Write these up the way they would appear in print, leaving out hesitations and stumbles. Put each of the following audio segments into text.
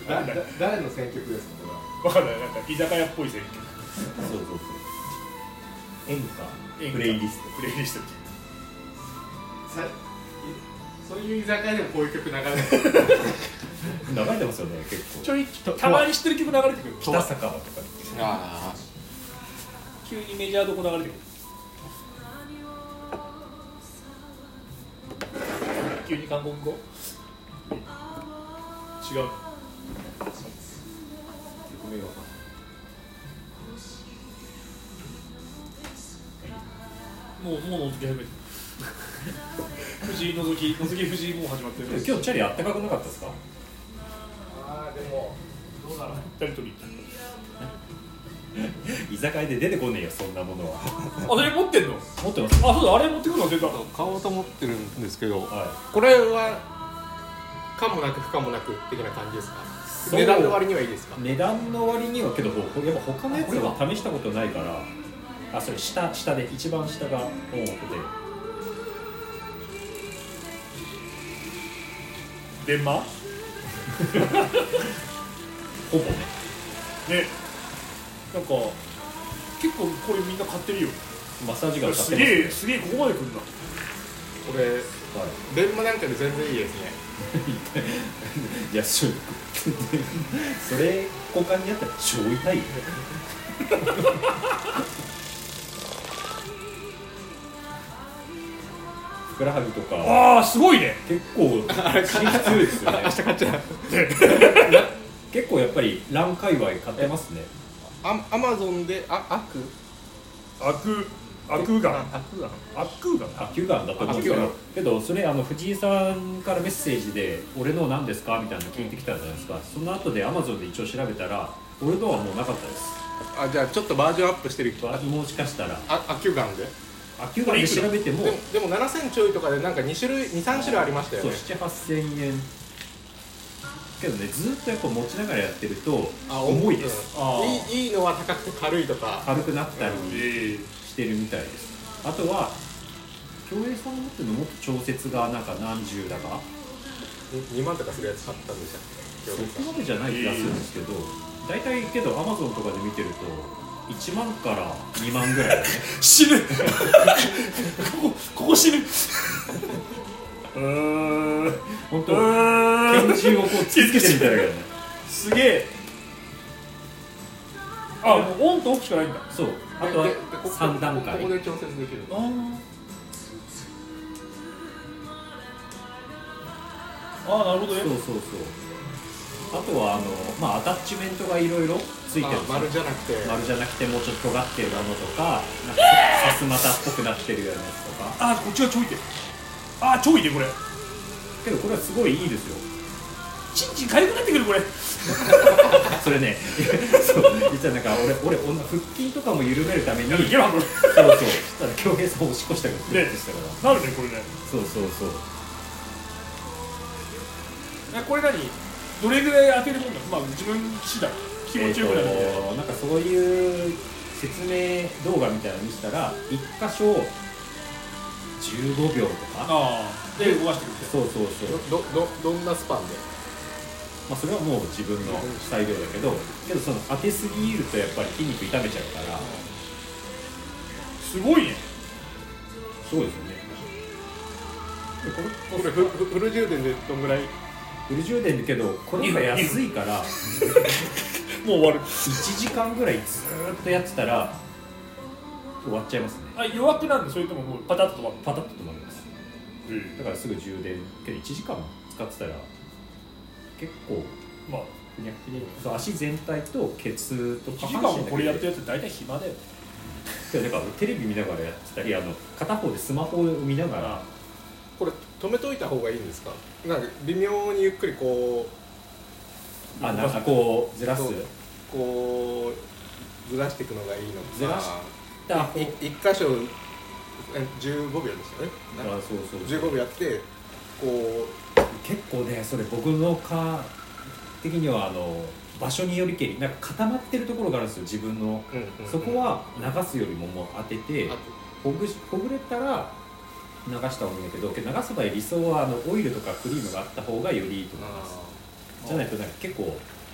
誰の選曲ですかこれは。 分かんない、なんか居酒屋っぽい選曲。 そう演歌プレイリストみたいな。 そういう居酒屋でもこういう曲流れてる。 流れてますよね結構。 ちょいたまに知ってる曲流れてくる。 北酒場とかあ急にメジャーどこ流れてくる。急に韓国語。違う。もう覗き始めてる。藤井覗き藤井もう始まってる。 今日チャリあったかくなかったですか？ あでもどうだろう。 誰と見居酒屋で出てこねえよそんなものは。 あれ持ってんの？ 持ってます。 あ、そうだ、あれ持ってくるの忘れた。 買おうと思ってるんですけど、 はこれは可もなく不可もなく的な感じですか？値段の割にはいいですか？ 値段の割にはけどやっぱ他のやつは試したことないから。あ、それ下で一番下が本奥で。 電話？ ほぼね。 ね、なんか結構これみんな買ってるよ。 マッサージガン買ってますすね。 すげえここまで来るんだ。 これ電話なんかで全然いいですね。 いやそれ交換にあったら超痛いよ。ふくらはぎとかああ、すごいね。 結構刺激強いですよね。 明日買っちゃう。 結構やっぱりラン界隈買ってますね。 アマゾンでアクアクガンだと思うんですけど、それ藤井さんからメッセージで俺の何ですかみたいなの聞いてきたじゃないですか。その後でアマゾンで一応調べたら俺のはもうなかったです。 あ、じゃあちょっとバージョンアップしてる。 もしかしたらアキュガンでアキュガンで調べてもでも7000ちょいとかでなんか2、3種類ありましたよね。 そう、7、8000円けどね、ずっとやっぱ持ちながらやってると重いです。 いいのは高くて軽いとか軽くなったりしてるみたいです。あとは京平さんが持ってるのもっと調節がなんか何十だか 2万とかするやつ買ったんでしたっけ？ そこまでじゃない気がするんですけど、大体けど Amazon とかで見てると1万から2万ぐらいだね。 死ぬここ死ぬ。 本当拳銃をこう突きつけてみたいだけどね。 すげえ。あ、もうオンとオフしかないんだ。 そう、あとは3段階。 ここで調節できる。 あ、なるほどね。 そうあとはアタッチメントがいろいろついてる。 丸じゃなくてもうちょっと尖ってるものとか、なんかさすまたっぽくなってるようなやつとか。 あ、こっちはちょいて。あ、ちょいでこれ。 けどこれはすごいいいですよ。 チンチン痒くなってくるこれ。 それね、そう実はなんか俺腹筋とかも緩めるためにいやこれただ京平さんを押し越したからね、なるねこれね。 そうこれ何どれぐらい当てるもんだ。まあ自分次第気持ちよくなるみたいな。 なんかそういう説明動画みたいなの見せたら1箇所15秒とかで動かしてくる。 そうどんなスパンで？ それはもう自分の裁量だけどその当てすぎるとやっぱり筋肉痛めちゃうからすごいね。 そうですよね。 これフル充電でどんぐらい？ フル充電だけどこれが安いからもう終わる。 1時間ぐらいずーっとやってたら終わっちゃいますね。 あ、弱くなるの？それとももうパタッと止まる？ パタッと止まります。だからすぐ充電けど1時間使ってたら結構まあふにゃふにゃ。そう、足全体とケツと 1時間もこれやってるやつ大体暇だよ。 なんかテレビ見ながらやってたり片方でスマホを見ながら。 これ止めといた方がいいんですか？なんか微妙にゆっくりこうなんかこうずらす、 こうずらしていくのがいいのか。 ずらした方 1箇所15秒ですよね。 そう 15秒やってこう結構ね、それ僕の科的には場所によりけりなんか固まってるところがあるんですよ自分の、そこは流すよりももう当ててほぐれたら流した方がいいんだけど、流す場合理想はオイルとかクリームがあった方がよりいいと思います。じゃないとなんか結構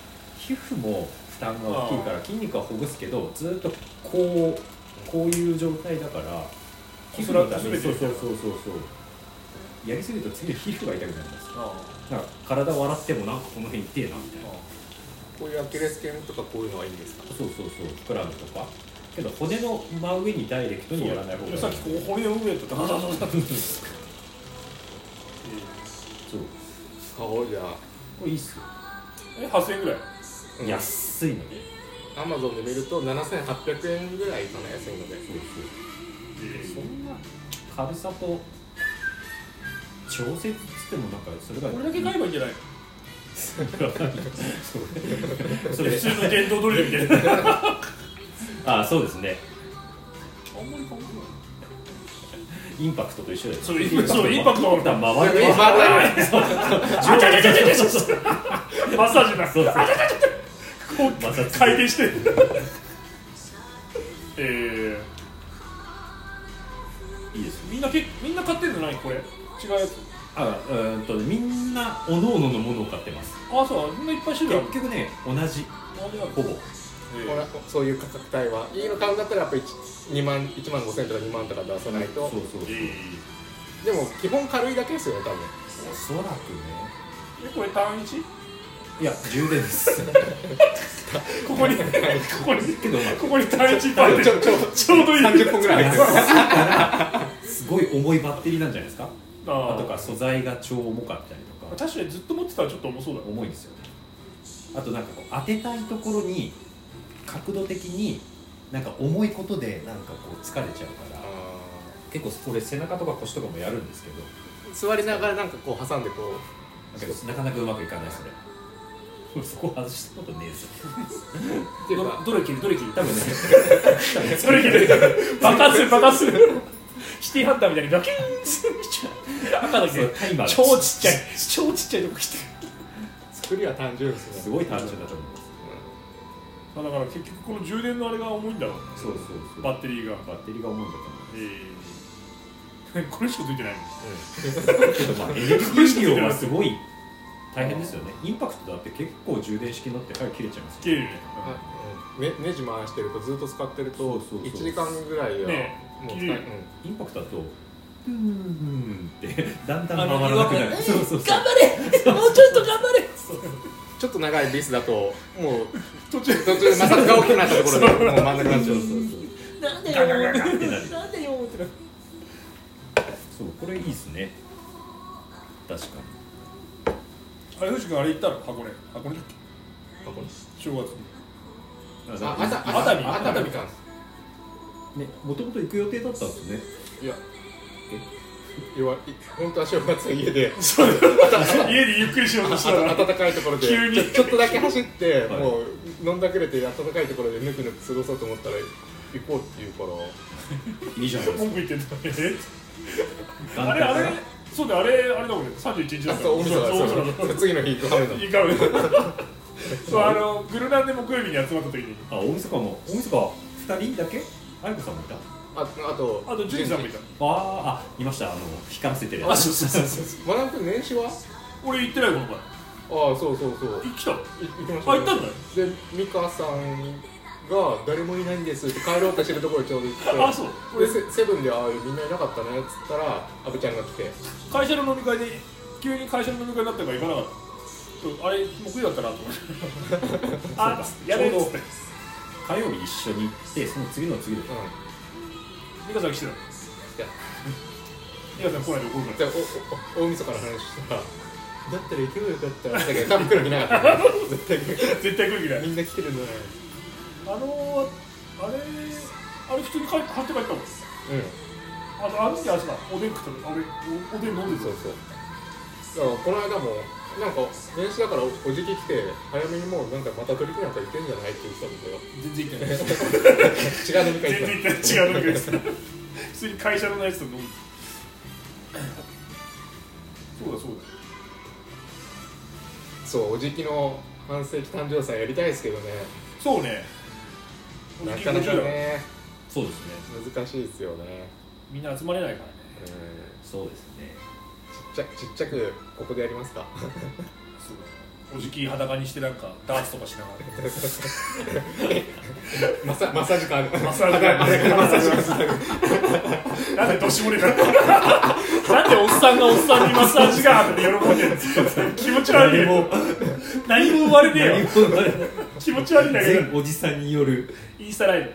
皮膚も負担が大きいから筋肉はほぐすけどずっとこういう状態だから皮膚のためにそうやりすぎると次の皮膚が痛くなります。だから体を洗ってもなんかこの辺痛えなみたいな。 こういうアキレス腱とかこういうのはいいんですか？ そう膨らむとか。けど骨の真上にダイレクトにやらない方がいい。 さっきこう骨の上とかそうじゃあこれいいっすよ。 8000円ぐらい、 安いのでアマゾンで見ると7800円ぐらいかな、安いので。 そんな軽さと調節っつってもなんかそれがこれだけ買えばいいんじゃないの？ それ普通の電動ドリルみたいなあ、そうですね。 あんまり変わんない。 インパクトと一緒だよ。 そうインパクト回る。 マッサージな。 そうこう回転していいです。 みんな買ってんのないこれ？違うやつ？ みんな各々のものを買ってます。 あ、そう、みんないっぱい種類ある。 結局ね、同じほぼ。 そういう価格帯はいいの買うんだったらやっぱり1万5,000とか2万とか出さないと。でも基本軽いだけですよね、多分。 おそらくね。 これ単一？ いや、充電です。 ここに単一パッちょうどいい。 30本ぐらい入ってる。すごい重いバッテリーなんじゃないですか。あとか素材が超重かったりとか。 確かにずっと持ってたらちょっと重そうだ。 重いですよね。あとなんかこう当てたいところに角度的になんか重いことでなんかこう疲れちゃうから、結構俺背中とか腰とかもやるんですけど、 座りながらなんかこう挟んでこうだけどなかなかうまくいかない。そこ外したことねえぞ。 どれ切る多分ねそれ切る爆発するシティハンターみたいにガキーン赤だけタイマー超ちっちゃいとこ来てる。 作りは単純ですね。 すごい単純だと思います。 だから結局この充電のあれが重いんだろうね。 そうバッテリーが重いんだと思います。 これしかついてないの。けどまあエネルギー量はすごい大変ですよね。インパクトだって結構充電式になって早く切れちゃいますよ。 切れるね。 ネジ回してるとずっと使ってると1時間ぐらいではもう使える。 インパクトだとってだんだん回らなくなる。 頑張れもうちょっと頑張れ。 ちょっと長いビスだともう途中で摩擦が大きくなったところでもう真ん中になっちゃう。 なんでよってなる。 そう、これいいですね。確かに。 あれ、藤君あれ行ったの？箱根だっけ？正月に。 熱海か。 ね、もともと行く予定だったんですね。 いや、本当は正月は家で家でゆっくりしようとしたら暖かいところで急にちょっとだけ走ってもう飲んだくれて暖かいところでぬくぬく過ごそうと思ったら行こうっていうからいいじゃないですか。 文句言ってんだあれそうだ、あれだもんね、31日だからそう次の日行くはめだそうグルナンで木曜日に集まった時に大晦日2人だけ？あゆこさんもいた？ あとジュンさんもいた。 いました。光らせてるやつ。 そうマナ君年始は？ 俺行ってないこの前。 そう来た？行きました。 行ったんだよ。 で美香さんが誰もいないんですって帰ろうとしてるところにちょうど行ってそうでセブンでみんないなかったねっつったら阿部ちゃんが来て会社の飲み会で急に会社の飲み会になったから行かなかった。あれ木曜だったなと思ってやれっつって火曜日一緒に行ってその次の次で美香さん来てた。美香さん来ないで怒るから大晦日の話したらだったら行けばよかっただけど多分来る気なかった絶対来る気ない。 みんな来てるんだね。 あれ普通に買って帰ったもん。あの時あれだ、おでん食ったの。おでん飲んでた。 そうだからこの間もなんか年始だからおじき来て早めにもうなんかまた取り木なんか行ってんじゃないって言ってたんだよ。 全然行ってない。 違う飲み会行って全然行ってない。違う飲み会行ってない。普通に会社のやつと飲む。 そうおじきの半世紀誕生祭やりたいですけどね。 そうね。 なかなかね。 そうですね。 難しいですよね。 みんな集まれないからね。 そうですね。 ちっちゃくここでやりますか。 おじき裸にしてなんかダーツとかしながマッサージ感ある。 らマッサージがなんでどしもれかなんでおっさんがおっさんにマッサージがあって喜んでるんですか。気持ち悪いよ。何も生まれねえよ。気持ち悪いんだけど。 おじさんによるインスタライブ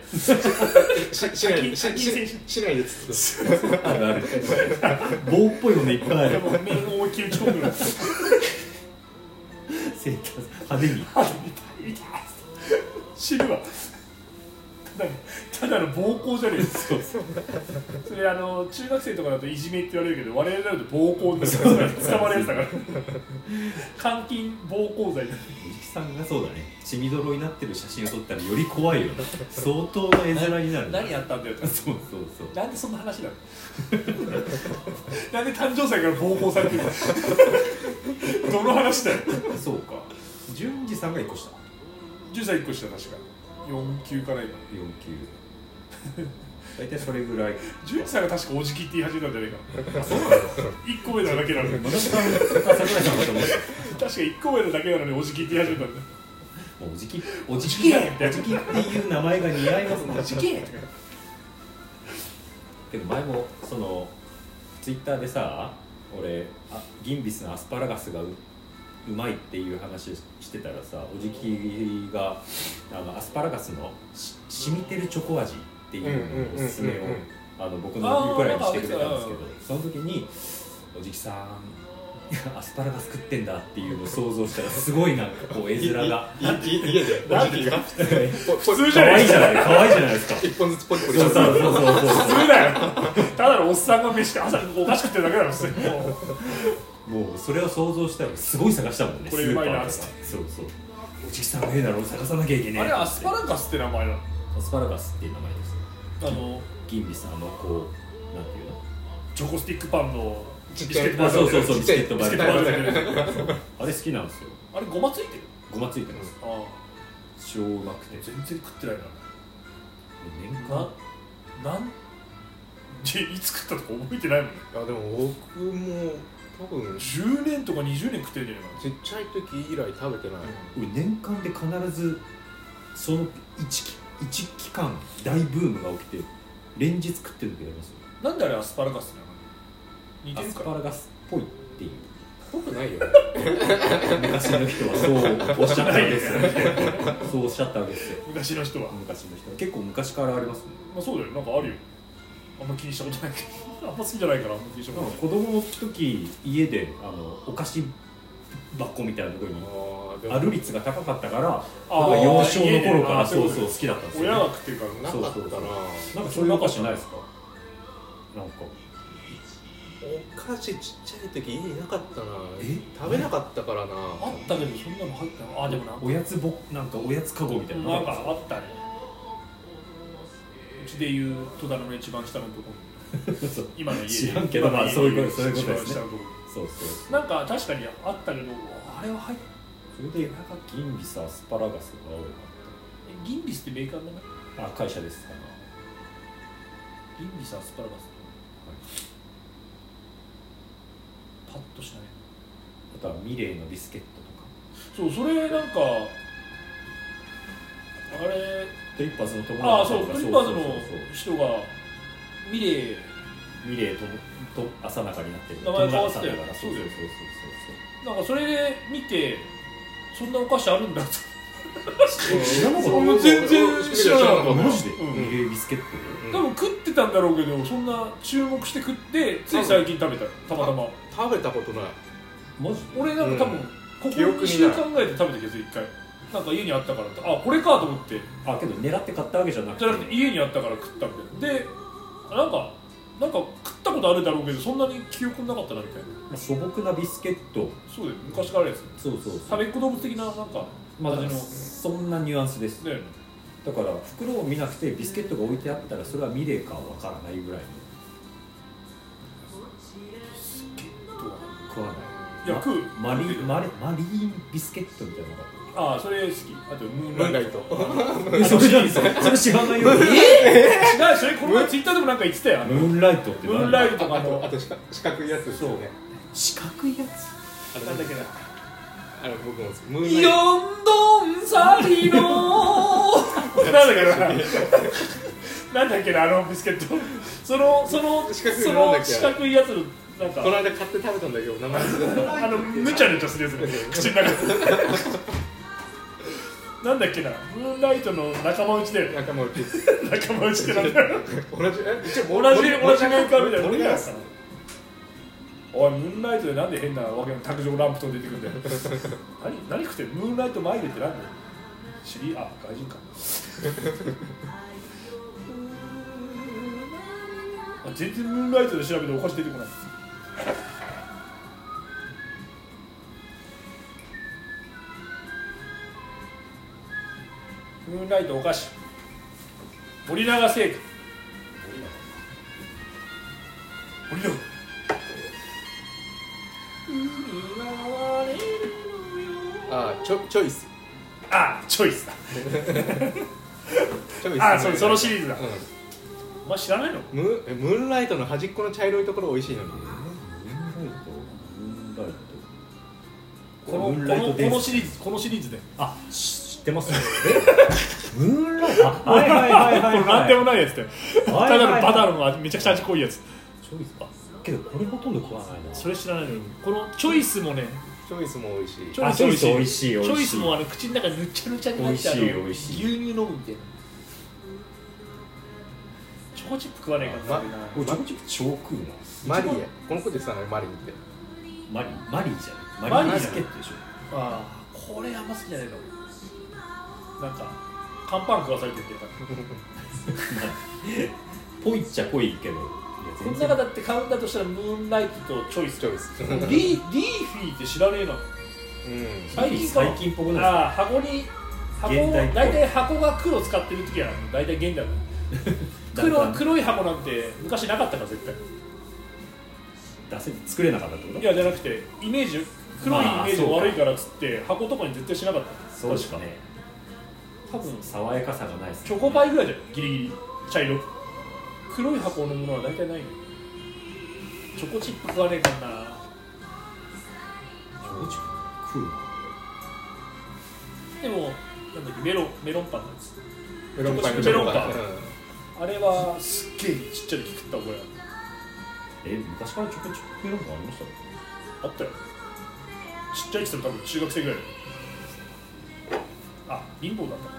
しないでつってあるある棒っぽいものいっぱいある。 もう面思いっきり打ち込むのセーター派手に死ぬわ。ただの暴行じゃねえですか。それ中学生とかだといじめって言われるけど、我々だと暴行で捕まるやつだから監禁暴行罪。 おじさんがそうだね、血みどろになってる写真を撮ったらより怖いよね。相当な絵面になる。 何やったんだよ。 そうなんでそんな話なのなんで誕生祭から暴行されてるのどの話だよ。 そうか、淳二さんが1個下、 10歳1個下確か4級かな今。 4級大体それぐらい。 11歳が確かおじきって言い始めたんじゃないかな。1個目なだけなのに私は桜井さんだと思って確か1個目なだけなのにおじきって言い始めたんだよ。 もうおじきっていう名前が似合いますね。 おじきけど前もそのツイッターでさ、俺ギンビスのアスパラガスがうまいっていう話してたらさ、おじきがアスパラガスの染みてるチョコ味っていうののおすすめを僕のリプライにしてくれたんですけど、その時におじきさんアスパラガス食ってんだっていうのを想像したらすごいなんかこう絵面が家でおじきが普通じゃない可愛いじゃないですか。 一本ずつポリポリそうしてる。 普通だよ。ただのおっさんが飯朝お菓子食ってるだけだろ普通に。 もうそれを想像したらすごい探したもんね。 これうまいなっつって。 そうおじきさんがええだろう探さなきゃいけねえ。 あれアスパラガスって名前なの。 アスパラガスっていう名前です。ギンビスこうなんていうのチョコスティックパンのちっビスケットバーそうビスケットバービスケットバーだけどあれ好きなんですよ。 あれごまついてる。 ごまついてます。 あ超うまくて全然食ってないな。 年間なんいつ食ったとか覚えてないもんね。 あでも僕も多分 10年とか20年食ってるんじゃないかな。 ちっちゃい時以来食べてない。 俺年間で必ずその一期間大ブームが起きて連日食ってる時ありますよ。 なんであれアスパラガスなの。似てアスるかパラガスっぽいっていうぽくないよ。 昔の人はそうおっしゃったわけですよそうおっしゃったわけですよ。 昔の人は。 昔の人は結構昔からありますね。 まあそうだよ。なんかあるよ。あんま気にしたことないけどあんま好きじゃないからあんま気にしたことない。 子供の時家でお菓子箱みたいなところにある率が高かったから幼少の頃からそう好きだったんですよ、ね、 親が食ってるからなかったな。 なんかそういうお菓子ないですか。なんかお菓子ちっちゃい時家になかったな。食べなかったからな。 あったけどそんなの入ったの。あでもおやつなんかおやつカゴみたいななんかあったね。うちでいう戸棚の一番下のところ今の家知らんけどまあそういうことですね。そうなんか確かにあったけどあれは入ってそれでなんかギンビスアスパラガスが多いかギンビスってメーカーだな。 な。会社ですかな。 ギンビスアスパラガス、パッとしない。 あとはミレーのビスケットとか。 そうそれなんかあれトリッパーズの友達そうトリッパーズの人がミレーと朝中になってる名前変わってたよ。 そうなんかそれで見てそんなお菓子あるんだって知らなかった。 全然知らなかった。 マジでミレービスケット多分食ってたんだろうけどそんな注目して食ってつい最近食べた。たまたま食べたことない。 マジで。 俺なんか多分ここ2週間ぐらいで食べたけど1回なんか家にあったからこれかと思って。 けど狙って買ったわけじゃなくて家にあったから食ったみたいな。でなんか食ったことあるだろうけどそんなに記憶なかったなみたいな。 素朴なビスケット。 そうだよ昔からあるやつ。 そう食べっ子動物的ななんか味のそんなニュアンスですだよね。 だから袋を見なくてビスケットが置いてあったらそれはミレーかわからないぐらいの。 ビスケットは食わない。 いや食う。 マリーンビスケットみたいなのがそれ好き。あとムーンライト。 それ知らないよ。 違うそれこの前ツイッターでもなんか言ってたよ。 ムーンライトってムーンライトとかあと四角いやつですよね。 四角いやつなんだっけな。 僕もムーンライトヨンドンサリのなんだっけななんだっけなビスケットその四角いやつのなんかこの間買って食べたんだけど名前ぬちゃぬちゃするやつね口の中でなんだっけなムーンライトの仲間内で仲間内ってなんだよ同じメーカーみたいなのおいムーンライトでなんで変なわけの卓上ランプと出てくるんだよ何食ってムーンライトマイルってなんだよ外人か全然ムーンライトで調べてお菓子出てこないムーンライトお菓子森永製菓森永チョイスチョイスだそのシリーズだ、お前知らないのムーンライトの端っこの茶色いところ美味しいのにこのシリーズで知ってますねムーンライトはいこれなんでもないやつでただのバターのがめちゃくちゃ味濃いやつチョイスかけどこれほとんど食わないなそれ知らないのにこのチョイスもねチョイスも美味しいチョイス美味しいチョイスも口の中ぬちゃぬちゃになって牛乳飲むみたいなチョコチップ食わないからなチョコチップ超食うなマリエこの子でさマリーってマリーじゃないマリービスケットでしょこれあんま好きじゃないのなんか乾パン食わされてるっていうかぽいっちゃぽいけどこの中だって買うんだとしたらムーンライトとチョイスリーフィーって知らねえな、最近っぽくない箱大体箱が黒使ってる時は大体現代だ黒い箱なんて昔なかったから絶対作れなかったってこと？ いやじゃなくてイメージ黒いイメージ悪いからっつって箱とかに絶対しなかったそうですかね多分爽やかさがないです、ね、 チョコパイぐらいじゃんギリギリ茶色黒い箱のものは大体ないのチョコチップ食わねえかなチョコチップ食うでもなんだっけメロンパンなんですメロンパンあれはすっげえちっちゃい時食った覚え昔からチョコチップメロンパンありましたあったよちっちゃいって言っても多分中学生ぐらい貧乏だった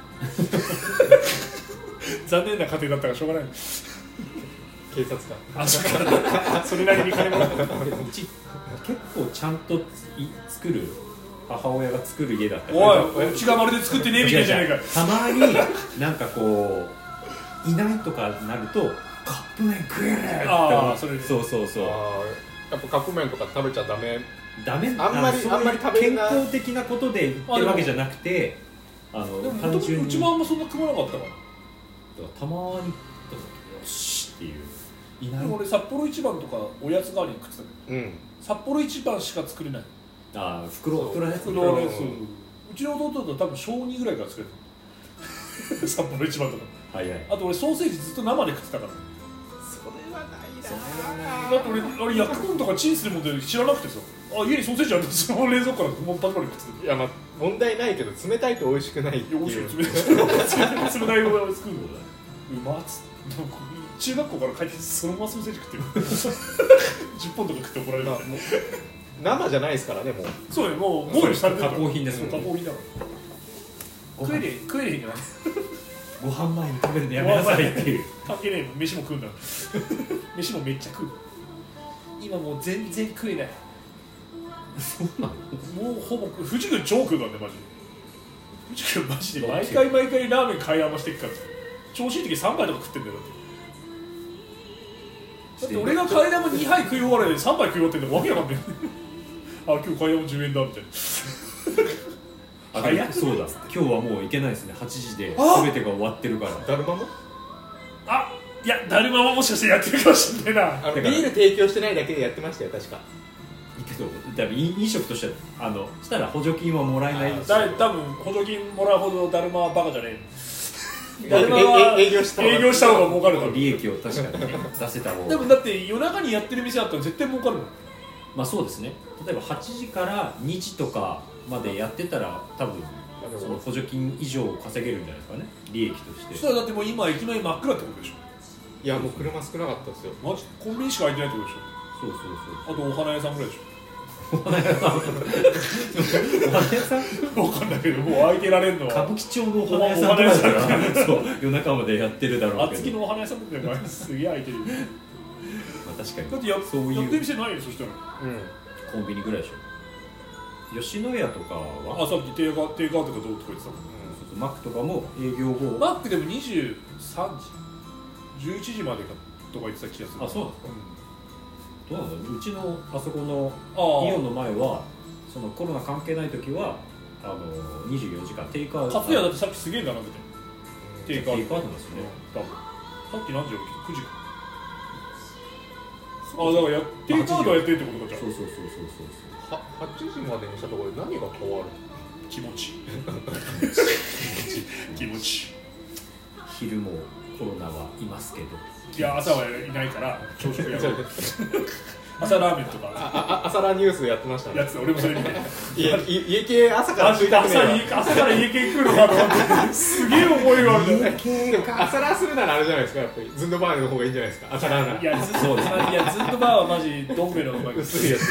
残念な家庭だったからしょうがない警察官それなりに金もらった結構ちゃんと作る母親が作る家だったおいうちがまるで作ってねえみたいじゃないかたまになんかこういないとかなるとカップ麺食えるってそうやっぱカップ麺とか食べちゃダメあんまり食べるな健康的なことで言ってるわけじゃなくて単純にうちもあんまそんな食わなかったからたまによしっていういない俺札幌一番とかおやつ代わりに食ってたけど、札幌一番しか作れない袋ねうちの弟と多分小2ぐらいから作れた札幌一番とかあと俺ソーセージずっと生で食ってたからそれはないなだって俺焼くもんとかチンするもんで知らなくてさ家にソーセージあるんですよ冷蔵庫からもうパクパク食っていや問題ないけど冷たいと美味しくないっていう美味しい冷たいのを作るのうまっつって中学校から帰ってそのままソーセージ食ってる10本とか食って怒られる生じゃないですからねもうそうねもうボイルされてる加工品ですもん加工品だから食えれへんじゃないご飯前に食べるのやめなさいっていう関係ねえ飯も食うんだ飯もめっちゃ食う今もう全然食えないそうなのもうほぼ藤君超食うからねマジで藤君マジで毎回ラーメン買い余してっから調子いい時3杯とか食ってんだよだって俺が替え玉2杯食い終わりで3杯食い終わってんだわけわかんない今日替え玉10円だみたいなそうだ今日はもう行けないですね8時で全てが終わってるからだるまもいやだるまももしかしてやってるかもしれないなビール提供してないだけでやってましたよ確かけど多分飲食としてはしたら補助金はもらえない多分補助金もらうほどだるまはバカじゃねえだるまは営業した方が儲かるだろ利益を確かにね出せた方がでもだって夜中にやってる店あったら絶対儲かるもんまあそうですね例えば8時から2時とかまでやってたら多分その補助金以上稼げるんじゃないですかね、利益として。 そしたらだってもう今いきなり真っ暗ってことでしょ。 いやもう車少なかったですよ。 マジコンビニしか空いてないってことでしょ。 そうそうそう。あとお花屋さんぐらいでしょ。 お花屋さんお花屋さん分かんないけどもう空いてられるのは歌舞伎町のお花屋さんとかだったらそう夜中までやってるだろうけど、 厚木のお花屋さんとかすげえ空いてるよ。まあ確かにだってそういうやってる店ないよ。そしたらコンビニぐらいでしょ。吉野家とかはさっきテイクアウトとかどうとか言ってたもん。 マックとかも営業後マックでも23時11時までとか言ってた気がする。 あ、そうなんですか、どうなんだろう。うちのあそこのイオンの前はそのコロナ関係ない時は24時間テイクアウト。 カツヤだってさっきすげえ並んでてテイクアウトなんですね。 多分さっき何時起きて9時か。だからテイクアウトはやってるってことか。じゃあそう 8時までにしたところで何が変わる？ 気持ち気持ち。 昼もコロナはいますけど、 いや朝はいないから朝食やろう朝ラーメンとか朝ラーニュースやってましたね。 やつ俺もそれ見て家系朝から食いたくねえ朝から家系来るのかと思ってすげえ思いがあるんだよ。 朝ラーするならあれじゃないですか、やっぱりズンドバーの方がいいんじゃないですか。朝ラーならいやずっとバーはマジドンベの薄いやつ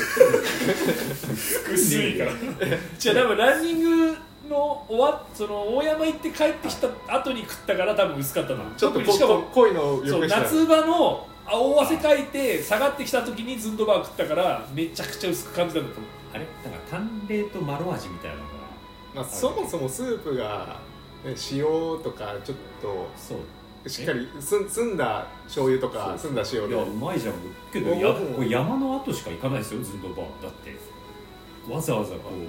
薄いからじゃあ多分ランニングのその大山行って帰ってきた後に食ったから多分薄かったの。 ちょっとしかも濃いのをよくした夏場の大汗かいて下がってきた時にズンドバー食ったからめちゃくちゃ薄く感じたんだと思う。 あれなんか淡麗とマロ味みたいなのが、 まあ、そもそもスープが、ね、塩とかちょっとしっかり澄んだ醤油とか澄んだ塩で。 いやうまいじゃんけどこれ山の後しか行かないですよズンドバーだって。わざわざこう、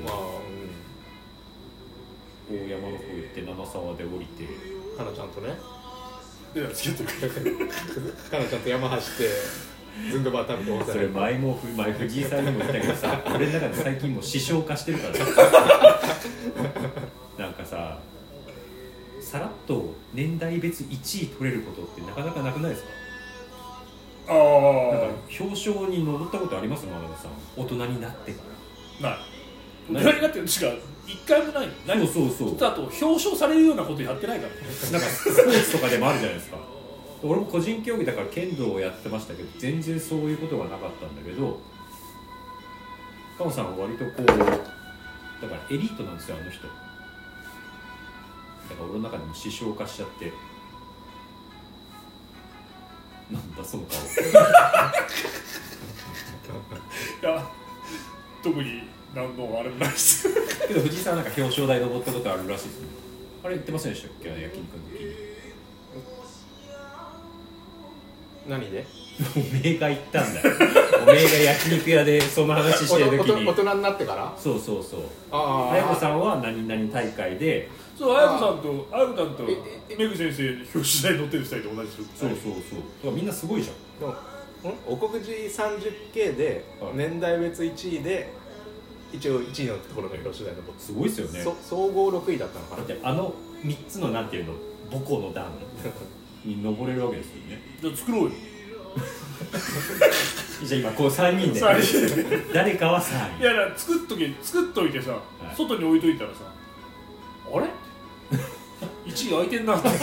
大山の方行って七沢で降りてかなちゃんとね付き合ってるかなちゃんと山走ってズンドバー食べて。 それ前藤井さんにも言ったけどさ俺の中で最近もう師匠化してるからさなんかささらっと年代別1位取れることってなかなかなくないですか。なんか表彰に上ったことあります？真鍋さん大人になってからない。大人になってるしか一回もない。そうあと表彰されるようなことやってないからなんかスポーツとかでもあるじゃないですか。俺も個人競技だから剣道をやってましたけど全然そういうことがなかったんだけど、カモさんは割とこうだからエリートなんですよあの人。だから俺の中でも師匠化しちゃって。なんだその顔いや特に何のあれもないですけど藤井さんなんか表彰台登ったことあるらしいですね。あれ言ってませんでしたっけ、焼肉の時に。 何でおめえが言ったんだよおめえが焼肉屋でその話してる時に大人になってから。 そう綾子さんは何々大会で綾子さんとメグ先生表紙台乗ってる2人と同じです。 そうだからみんなすごいじゃん。 でもおこぐじ 30K で年代別1位で一応1位のところが表紙台の僕すごいですよね。 総合6位だったのかな。 だって3つのなんていうの母校の段に登れるわけですよね。 じゃあ作ろうよじゃあ今こう3人で誰かは3位。 いや作っといてさ、外に置いといたらさあれ1位空いてんなって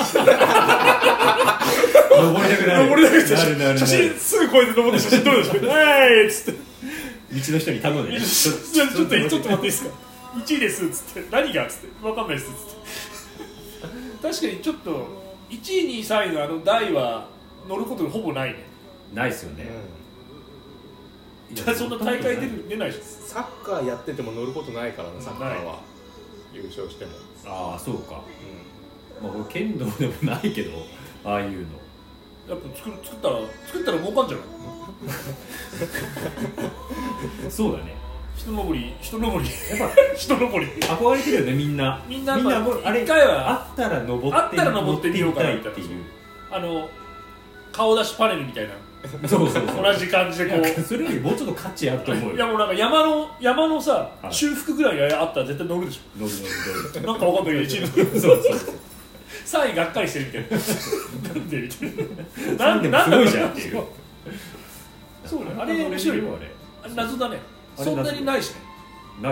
登りたくなる写真すぐこうやって登って写真撮るでしょはいっつって道の人に頼んでねちょっと待っていいですか1位ですっつって何がっつって分かんないっすっつって確かにちょっと1位2位3位のあの台は乗ることほぼないね。 ないっすよね、 そんな大会出ないでしょ。 サッカーやってても乗ることないからね、サッカーは優勝しても。 ああそうか、まあ俺剣道でもないけどああいうのやっぱ作ったら儲かんじゃないそうだね。 人登りやっぱ人登り憧れてるよねみんなあれ一回はあったら登ってみようかなみたいな。顔出しパネルみたいなそう同じ感じでこうそれよりもうちょっと価値あると思うよ。 いやもうなんか山のさ、修復ぐらいあったら絶対乗るでしょ。乗るなんか分かんないけど1位のそう3位がっかりしてるみたいななんでみたいななんでもすごいじゃんっていうそうね、あれ面白いよ。あれ謎だね。そんなにないしね。 ないよね。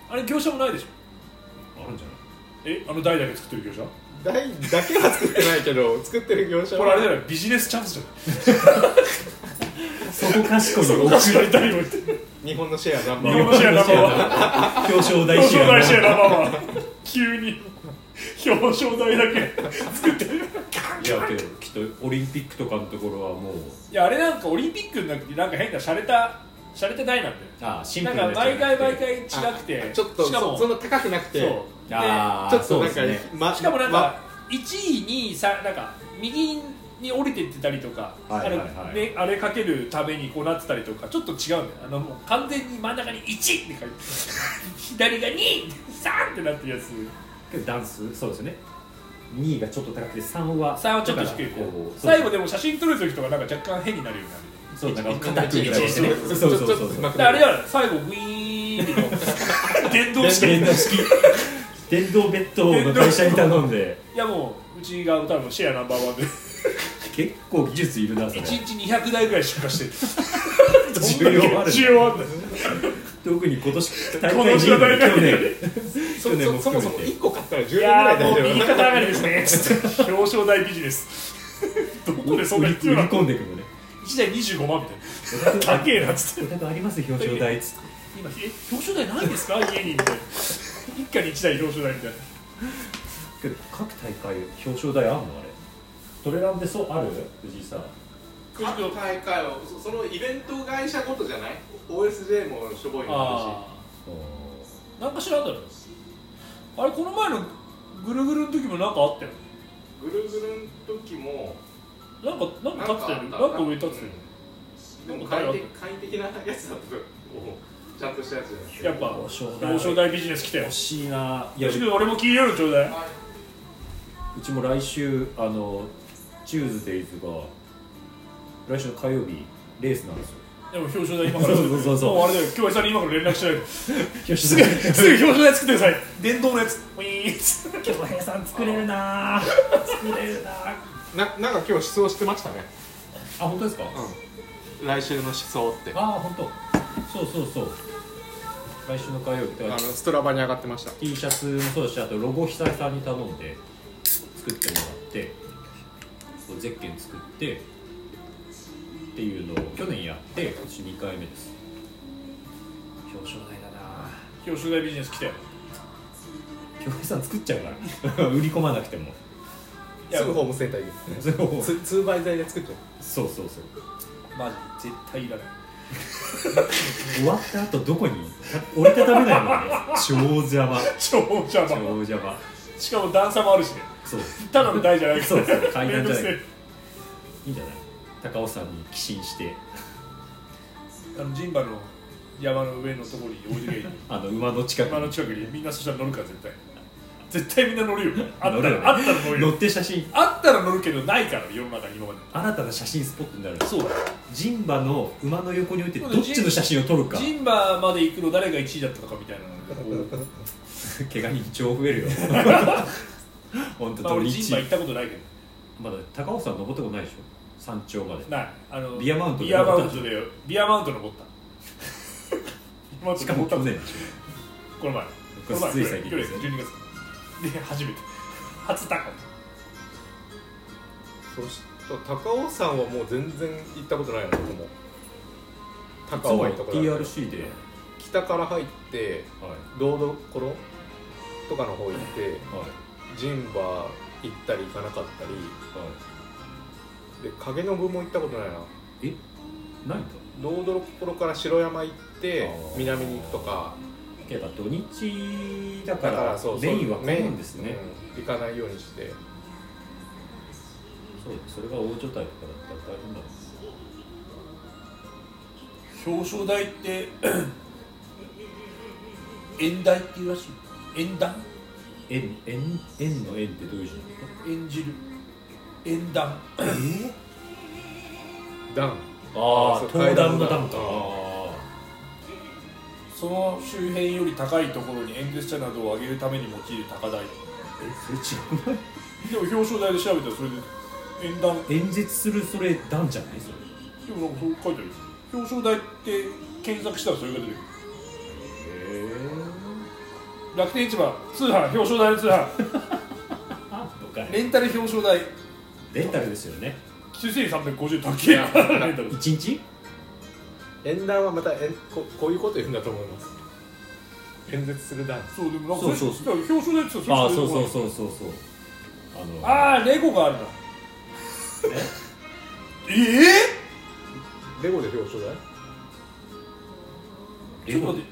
あれ業者もないでしょ。 あるんじゃない？台だけ作ってる業者？ 台だけは作ってないけど作ってる業者はこれあれだよ、ビジネスチャンスじゃないそこかしこにそこかしこに台を日本のシェアナンバ日本のシェアナンバーワン表彰台シェア表彰台シェアナンバーワン急に表彰台だけ作ってる。 いやけどきっとオリンピックとかのところはもういやあれなんかオリンピックの時なんか変な洒落た台なんだよ。 シンプルなんか毎回違くて、 ちょっとしかもそんな高くなくて、 そうちょっとなんか、 ねしかもなんか1位2位3なんか右に降りてってたりとか、あれかけるためにこうなってたりとかちょっと違うんだよ。もう完全に真ん中に1って書いて左が2、3ってなってるやつ。 けどダンスそうですよね。2位がちょっと高くて3はちょっと低い。最後でも写真撮る時とかなんか若干変になるようになる。 そうだから形にそうあれや最後ウィーンって電動式電動ベッドの会社に頼んでいやもううちが多分シェアナンバーワンで結構技術いるなそれ。 1日200台ぐらい出荷してる需要ある。特に今年大会に去年もそもそも1個買ったら10年ぐいやらい大丈夫。 もう右肩上がりですねつって表彰台ビジネスどこでそんな必要なの。 売り込んでくるね。 1台25万みたいな高えなっつってお宅あります表彰台っつって今表彰台ないんですか家にみたいな一家に1台表彰台みたいな。 けど各大会表彰台あんのあれトレランでそうある藤井さん。 各大会はそのイベント会社ごとじゃない？ OSJ もしょぼいのあるしなんか知らんだろ。あれこの前のぐるぐるの時もなんかあったよ。 ぐるぐるの時もなんか立ってたよ。なんか上立ってたよ。 でも簡易的なやつだとちゃんとしたやつじゃない。 やっぱ表彰台ビジネス来たよ。 欲しいな。 いや俺も聞いてるちょうだい。 うちも来週チューズデイズが来週の火曜日レースなんですよ。 でも表彰台今からそうもうあれだよ今日はさんに今から連絡しないとすぐ表彰台作ってください。電動のやつウィーンッ恭平さん作れるな作れるなんか今日思想してましたね。 あ本当ですか。 来週の思想って本当そう来週の火曜日ストラバに上がってました。 T シャツもそうだしあとロゴ久々さんに頼んで作ってもらってゼッケン作ってっていうのを去年やって今年2回目です。表彰台だな。 表彰台ビジネス来たよ。 恭平さん作っちゃうから売り込まなくてもすぐホームセンター行く通売材で作っちゃう。 そうマジ絶対いらない終わった後どこに折りたためないのね超邪魔しかも段差もあるしね。 そうただの台じゃないからそう階段じゃないいいんじゃない。高尾山に寄進して陣馬の山の上のところに置いてけばいい馬の近くにみんなそしたら乗るから絶対みんな乗るよ。あったら乗るよ。 乗って写真あったら乗るけどないから世の中に今まで新たな写真スポットになる。 そうだ陣馬の馬の横に置いてどっちの写真を撮るか。 陣馬まで行くの誰が1位だったのかみたいな怪我人超増えるよ本当俺陣馬行ったことないけどまだ高尾山登ったことないでしょ。山頂までないビアマウント登ったしかも去年でしょ。この前つい最近です 12月で初めて初高尾。 そしたら高尾山はもう全然行ったことないの。僕も高尾はいいところ TRC で北から入って、ロードコロとかの方行って、陣馬行ったり行かなかったり、で影の部も行ったことないな。 ないんだ。 ロードコロから城山行って南に行くとか。 やっぱ土日だからメインは混むんですね。 行かないようにして。 それが大所帯とかだったら大変だろう。表彰台って演台っていうらしい。演壇？ 演の演ってどういう字なの？ 演じる。演壇。 壇。 登壇の段か。 その周辺より高いところに演説者などを上げるために用いる高台。 それ違うない？ でも表彰台で調べたらそれで演壇。 演説するそれ段じゃないそれ。 でもなんかそう書いてある。表彰台って検索したらそれが出てくる。 楽天市場通販表彰台の通販レンタル表彰台レンタルですよね。 9350高いレンタル 1日演談はまたこういうこと言うんだと思います。演説する段。 そうでもなんかそう表彰台って言ったらああそうレゴがあるなレゴで表彰台？ ちょっと待って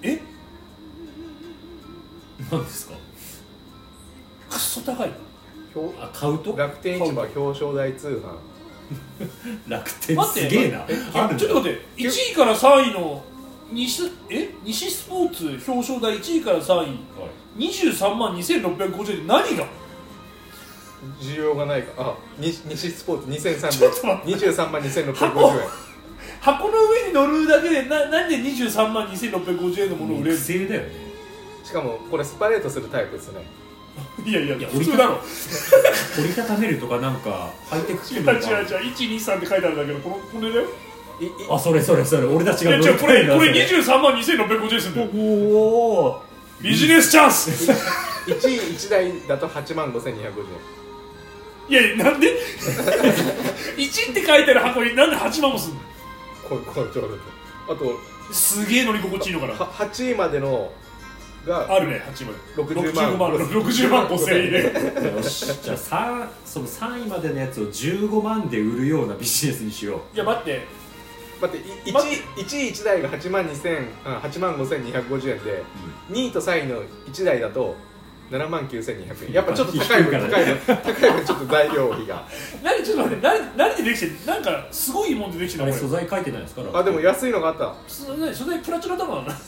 何ですか？ くっそ高い買うと楽天市場表彰台通販。 楽天すげえな。 ちょっと待って1位から3位の西スポーツ表彰台1位から3位、23万2650円で何が需要がないか。西スポーツ23万2650円。 箱の上に乗るだけでなんで23万2650円のものを売れる？ 不正だよね。 しかもこれスパレートするタイプですね。 いや普通だろ。 折りたためるとかなんかハイテク違う123って書いてあるんだけどこれだよ。 それ俺たちが乗りこれ23万2650円するんだよ。おおビジネスチャンス。 1位1台だと8万5250円。 いやなんで1って書いてある箱になんで8万もすんの？ これちょうどあとすげえ乗り心地いいのかな。 8位までのがあるね。8位まで 60 万5000円。 よしじゃあその3位までのやつを15万で売るようなビジネスにしよう。 いや待って 1位1台が8万5250円で、2位と3位の1台だと7万9200円。やっぱちょっと高い分ちょっと材料費がちょっと待って何でできてる？なんかすごいもんでできてるの？ 素材書いてないですから。 でも安いのがあった。 素材プラチナだもんな。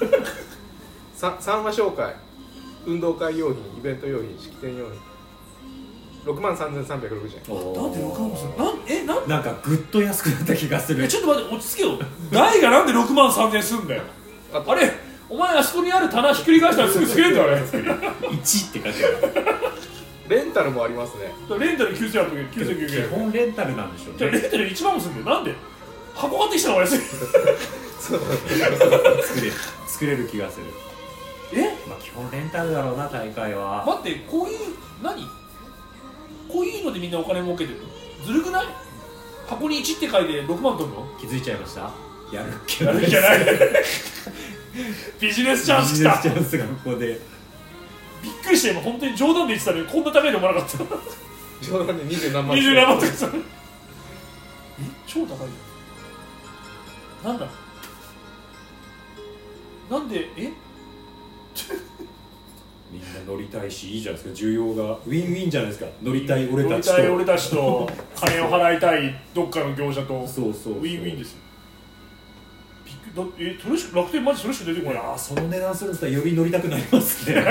3話紹介、運動会用品、イベント用品、式典用品、6万3360円。 なんで6万する？ なんかぐっと安くなった気がする。 ちょっと待って、落ち着けよ。台がなんで6万3000円すんだよ。あれお前あそこにある棚ひっくり返したらすぐ作れるんだよ。あれ 1って書いてある。 レンタルもありますね。 レンタル9800円、9900円。 基本レンタルなんでしょうね。 じゃあレンタル1万もするんだよ。なんで箱買ってきたのが安い。 作れる気がする。基本レンタルだろうな、大会は。 待って、こういうのでみんなお金儲けてるのずるくない？箱に1って書いて6万取るの？ 気づいちゃいました。やるっけないビジネスチャンス来た。 ビジネスチャンスがここでびっくりして、今本当に冗談で言ってたのにこんな高いと思わなかった。 冗談で20何万って言ってた。超高いじゃん。なんでみんな乗りたいし、いいじゃないですか。需要がウィンウィンじゃないですか。乗りたい俺たちと金を払いたいどっかの業者とそうウィンウィンですよ。それしか楽天マジそれしか出てこない。 その値段するんだったらより乗りたくなりますね。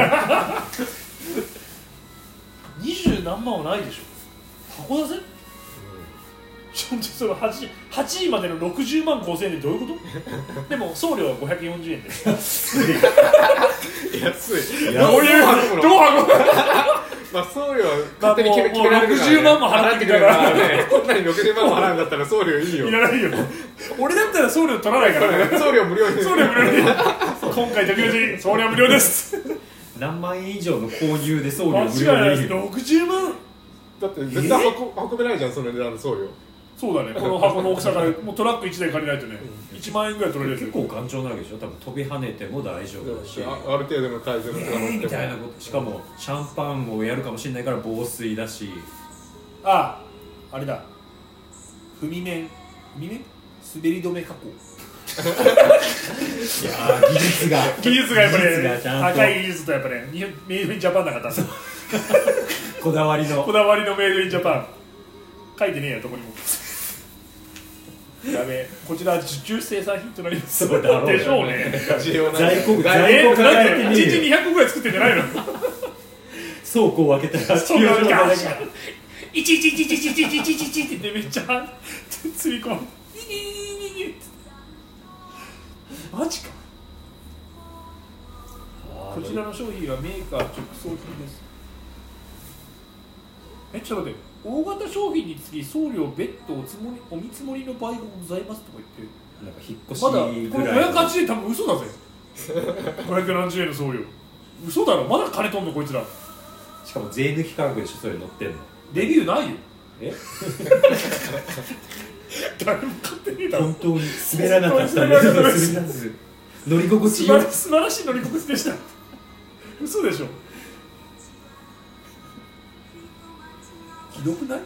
20何万はないでしょ。箱だぜ。ちょっとその 8位までの60万5000円でどういうこと？でも送料は540円です。 安い。 どういう箱？ まあ送料は勝手に決められるから、ね、 60万も払ってくれるからね。 こんなに60万も払うんだったら送料いいよ。 いらないよ。俺だったら送料取らないからね。 送料無料です。 今回特別に送料無料です。 何万円以上の購入で送料無料でいい。 間違いないです。60万だって絶対運べないじゃん、その値段の送料。 そうだね。この箱の大きさからもうトラック1台借りないとね、1万円ぐらい取れる。 結構頑丈なわけでしょ。多分飛び跳ねても大丈夫だし、 ある程度の体重の人が乗ってもみたいなこと。しかもシャンパンをやるかもしれないから防水だし。 あれだ、踏み面滑り止め加工。いや技術がやっぱり高い技術とやっぱね、メイドインジャパンなかったんですよ。 こだわりのメイドインジャパン書いてねえや、どこにも。やべえ、こちら受注生産品となります。 そうだろうね。 でしょうね。 在庫抱えて 1日200ぐらい作ってんじゃないの？ 倉庫を開けたらそうが1111111ってめっちゃ積み込む。マジか。こちらの商品はメーカー直送品です。ちょっと待って、大型商品につき送料別途お見積もりの場合がございますとか言って、 なんか引っ越しまだぐらいこの580円多分嘘だぜ。570円の送料嘘だろ、まだ金取んのこいつら。 しかも税抜き価格でしょ、それ乗ってんの。 レビューないよ。 え誰も買ってねえだろ。 本当に滑らなかったんです。滑らず乗り心地よい。 素晴らしい乗り心地でした。嘘でしょ。ひどくない？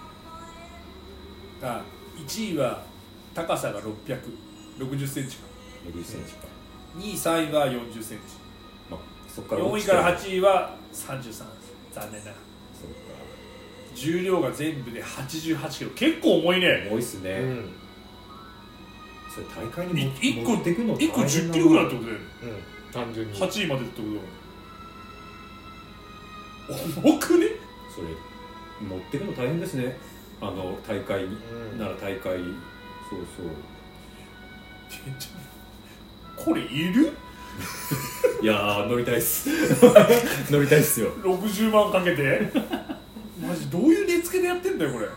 あ、1位は高さが660センチか。 60センチか。 2位、3位は40センチ。 まあ、そっから 4位から8位は33。残念ながら。 そうか。 重量が全部で88キロ。結構重いね。 重いっすね。それ大会に 1 持ってくの 1個10キロぐらいってことだよね。 単純に 8位までってことだよね。重くね？ それ持ってくの大変ですね。大会に、なら大会、そうそう。 これいる？ いや乗りたいっす。乗りたいっすよ。 60万かけてマジどういう値付けでやってんだよこれ。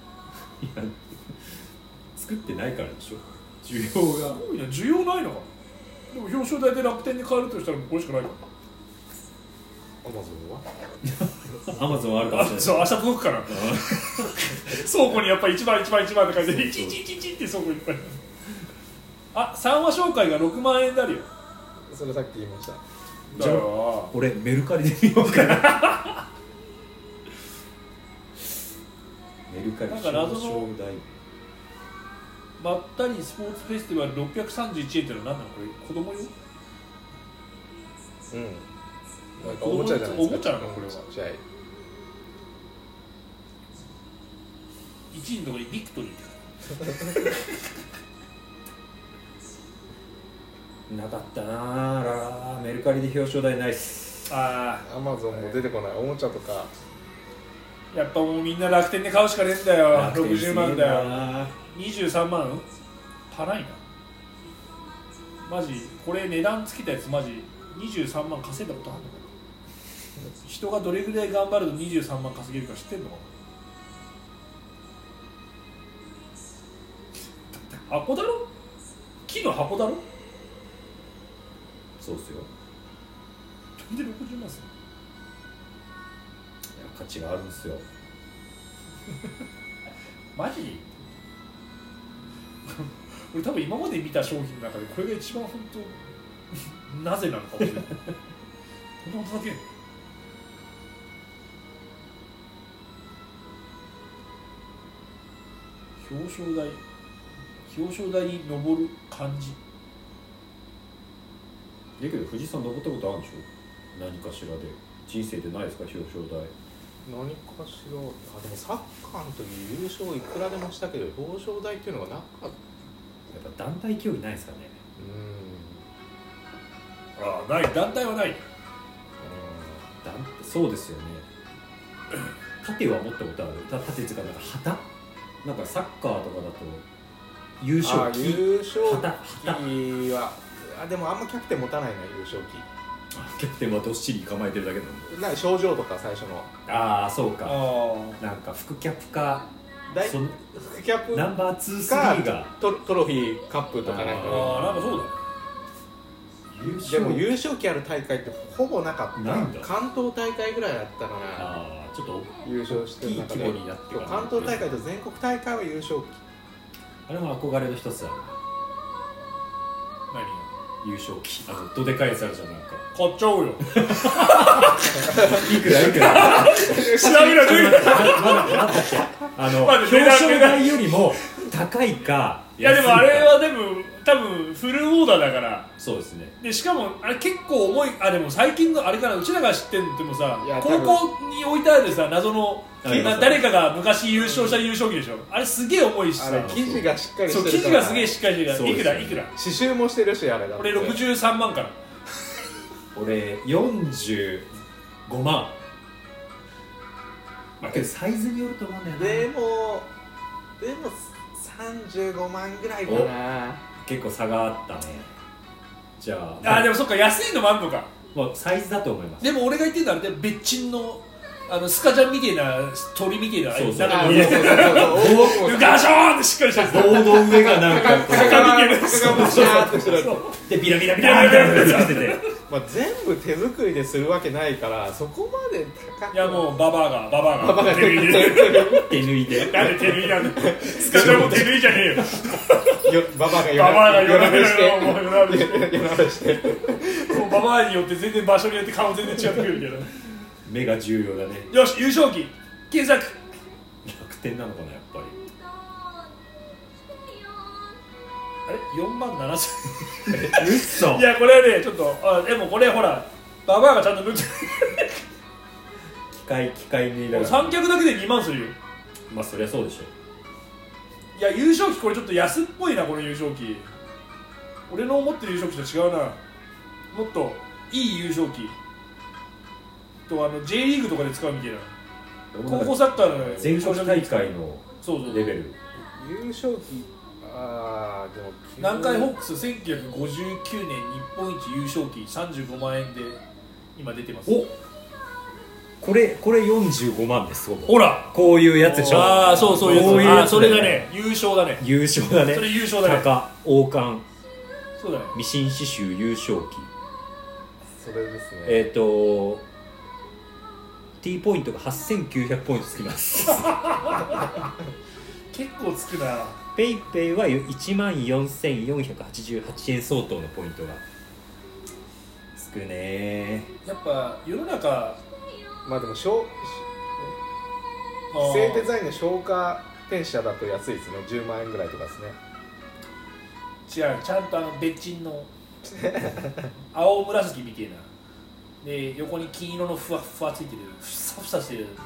作ってないからでしょ、需要が。 すごいな、需要ないのか。でも表彰台で楽天に変えるとしたらこれしかないから。 アマゾンはアマゾンはあるかもしれない。 そう、明日届くから倉庫にやっぱり1番って書いて111って倉庫にいっぱい。あ、3話紹介が6万円になるよ。 それさっき言いました。 じゃあ俺メルカリで見ようかな。メルカリなんか謎のまったりスポーツフェスティバル631円ってのは何なの？これ子供用？ なんかおもちゃじゃないですか。 おもちゃなのこれは。 ちっちゃい。 1位のところにビクトリーってなかったなあ。メルカリで表彰台ないっす。 あアマゾンも出てこない。おもちゃとかやっぱもうみんな楽天で買うしかねえんだよ。60万だよ。 よ。 23万足らんいな。マジこれ値段つけたやつマジ23万稼いだことあるのかな。人がどれぐらい頑張ると23万稼げるか知ってんのかな。箱だろ、木の箱だろ。 そうっすよ。 なんで60万するの。 いや価値があるんですよ。 マジ俺多分今まで見た商品の中でこれが一番本当なぜなのかもしれない。こんなことだけ表彰台に登る感じ。 だけど藤井さん登ったことあるんでしょ、何かしらで。人生でないですか、表彰台。 何かしら。でもサッカーの時優勝いくらでもしたけど表彰台っていうのがなかった。 やっぱ団体競技ないですかね。 ああ、ない。団体はない。 そうですよね。盾は持ったことある。盾っていうかなんか旗、なんかサッカーとかだと優勝旗、 優勝旗旗はでもあんまキャプテン持たないな。優勝旗キャプテンはどっしり構えてるだけなんで。 なんか賞状とか最初のああそうか。 あなんか副キャプか副キャプナンバー2、3がトロフィーカップとかなんか。 あ、なんかそうだ。 でも優勝旗ある大会ってほぼなかった。 ないんだ。 関東大会ぐらいだったかな。 ああちょっと優勝してる中で大きい規模になってから関東大会と全国大会は優勝旗。 あれも憧れの一つだな。 何優勝旗、どでかいやつあるじゃん。なんか買っちゃおうよ。 いくら調べろ。表彰台よりも高いか。 いやでもあれはでも多分フルオーダーだから。 そうですね。 でしかもあれ結構重い。あ、でも最近のあれかな、うちらが知ってんのってもさ、高校に置いてあるさ謎の誰かが昔優勝した優勝旗でしょ。あれすげえ重いしさ。 生地がしっかりしてるから。 そう、生地がすげえしっかりしてるから。いくら刺繍もしてるし、あれだ。 俺63万から。 俺45万。まあけどサイズによると思うんだよね。 でも35万ぐらいかな。 結構差があったね。じゃあ、でもそっか、安いのもあんのか。 もうサイズだと思います。 でも俺が言ってんのはあれで別鎮のスカジャンみたいな鳥みたいな。 そうそう。 ガショーンってしっかりしたやつ。 棒の上がなんか鏡みたいな。 でビラビラビラみたいなのがついてて。 まあ、全部手作りでするわけないからそこまで高くいやもうババアが手縫いで手縫いでなんで手縫いなんだスカジャンも手縫いじゃねえよババアが夜なべしてもうババアによって全然場所によって顔全然違ってくるけど目が重要だね。 よし優勝旗検索楽天なのかなやっぱり。 あれ4万7000 うっそいやこれはねちょっとでもこれほらババアがちゃんと縫って機械縫いだから三脚だけで2万するよ。 まあそりゃそうでしょ。 いや優勝旗これちょっと安っぽいなこの優勝旗。俺の思ってる優勝旗と違うな。もっといい優勝旗とJ リーグとかで使うみたいな高校サッカーの全国大会のレベル。 優勝旗でも南海ホークス1959年日本一優勝旗35万円で今出てます。 おこれ45万です。 ほらこういうやつでしょ。 ああそういうやつ。それがね優勝だね。 優勝だね。 それ優勝だね。 鷹王冠そうだね。 ミシン刺繍優勝旗。 それですね。 T ポイントが8900ポイントつきます結構つくな。 ペイペイは14,488円相当のポイントがつくね。 やっぱ世の中まあでも既製デザインの消化転写だと安いですね。10万円ぐらいとかですね。 違うちゃんと別鎮の青紫みたいなで横に金色のふわふわついてるふさふさしてる。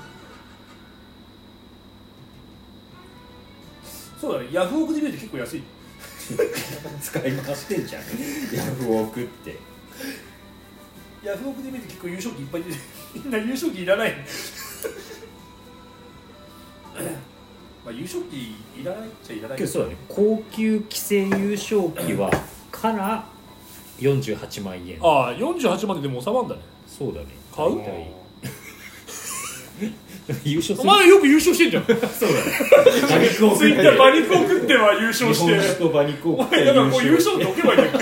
そうだねヤフオクで見ると結構安い使い回してんじゃんヤフオクってヤフオクで見ると結構優勝旗いっぱい出てるみんな優勝旗いらないまあ優勝旗いらないっちゃいらないけどそうだね高級規制優勝旗はから48万円。 ああ48万ででも収まるんだね。 そうだね買う優勝する。 お前よく優勝してんじゃんそうだね馬肉を食ってツイッター馬肉を食っては優勝して日本酒と馬肉を食ってお前だからもう優勝って置けばいいんだよ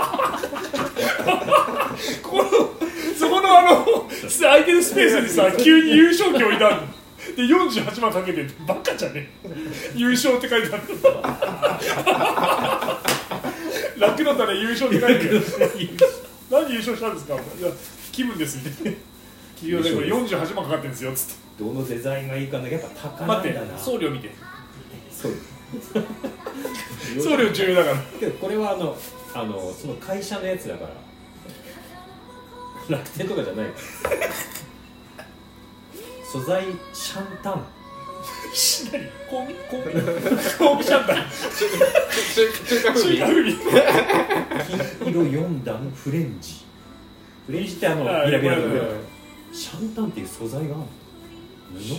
そこの空いてるスペースにさ急に優勝旗置いてあるので48万かけてるバカじゃね優勝って書いてある楽の種優勝って書いてる何優勝したんですか。いや気分ですみたいな企業でこれ48万かかってるんですよつってどのデザインがいいかなやっぱ高なんだな。 待って送料見てそう送料重要だからけどこれはその会社のやつだから楽天とかじゃない素材シャンタン何香味シャンタン中華風味黄色4段フレンジってビラビラのシャンタンっていう素材があるの布知らない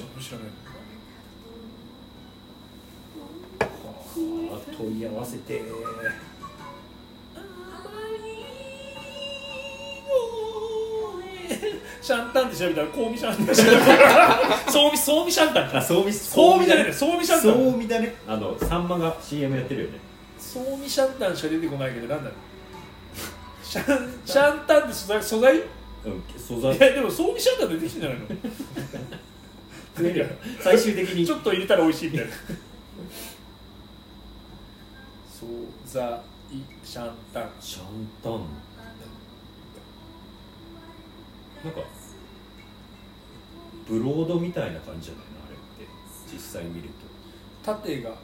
問い合わせてシャンタンって調べたら香味シャンタンそう味シャンタンかそう味だねそう味シャンタンそう味だねさんまが CM やってるよね。 そう味シャンタンしか出てこないけどなんだろうシャンタンって素材素材いやでもそう味シャンタン出てきてんじゃないの最終的にちょっと入れたら美味しいみたいな素材シャンタンシャンタンなんかブロードみたいな感じじゃないのあれって実際見ると縦が普通の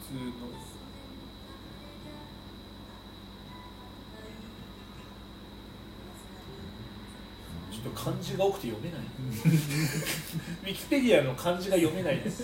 ちょっと漢字が多くて読めないウィキペディアの漢字が読めないです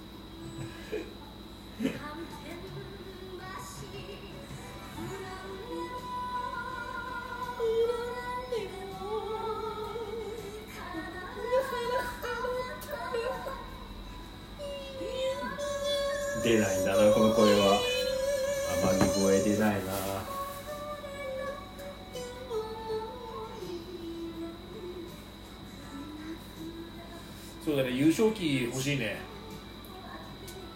出ないんだなこの声は。天城声出ないな。 そうだね優勝旗欲しいね。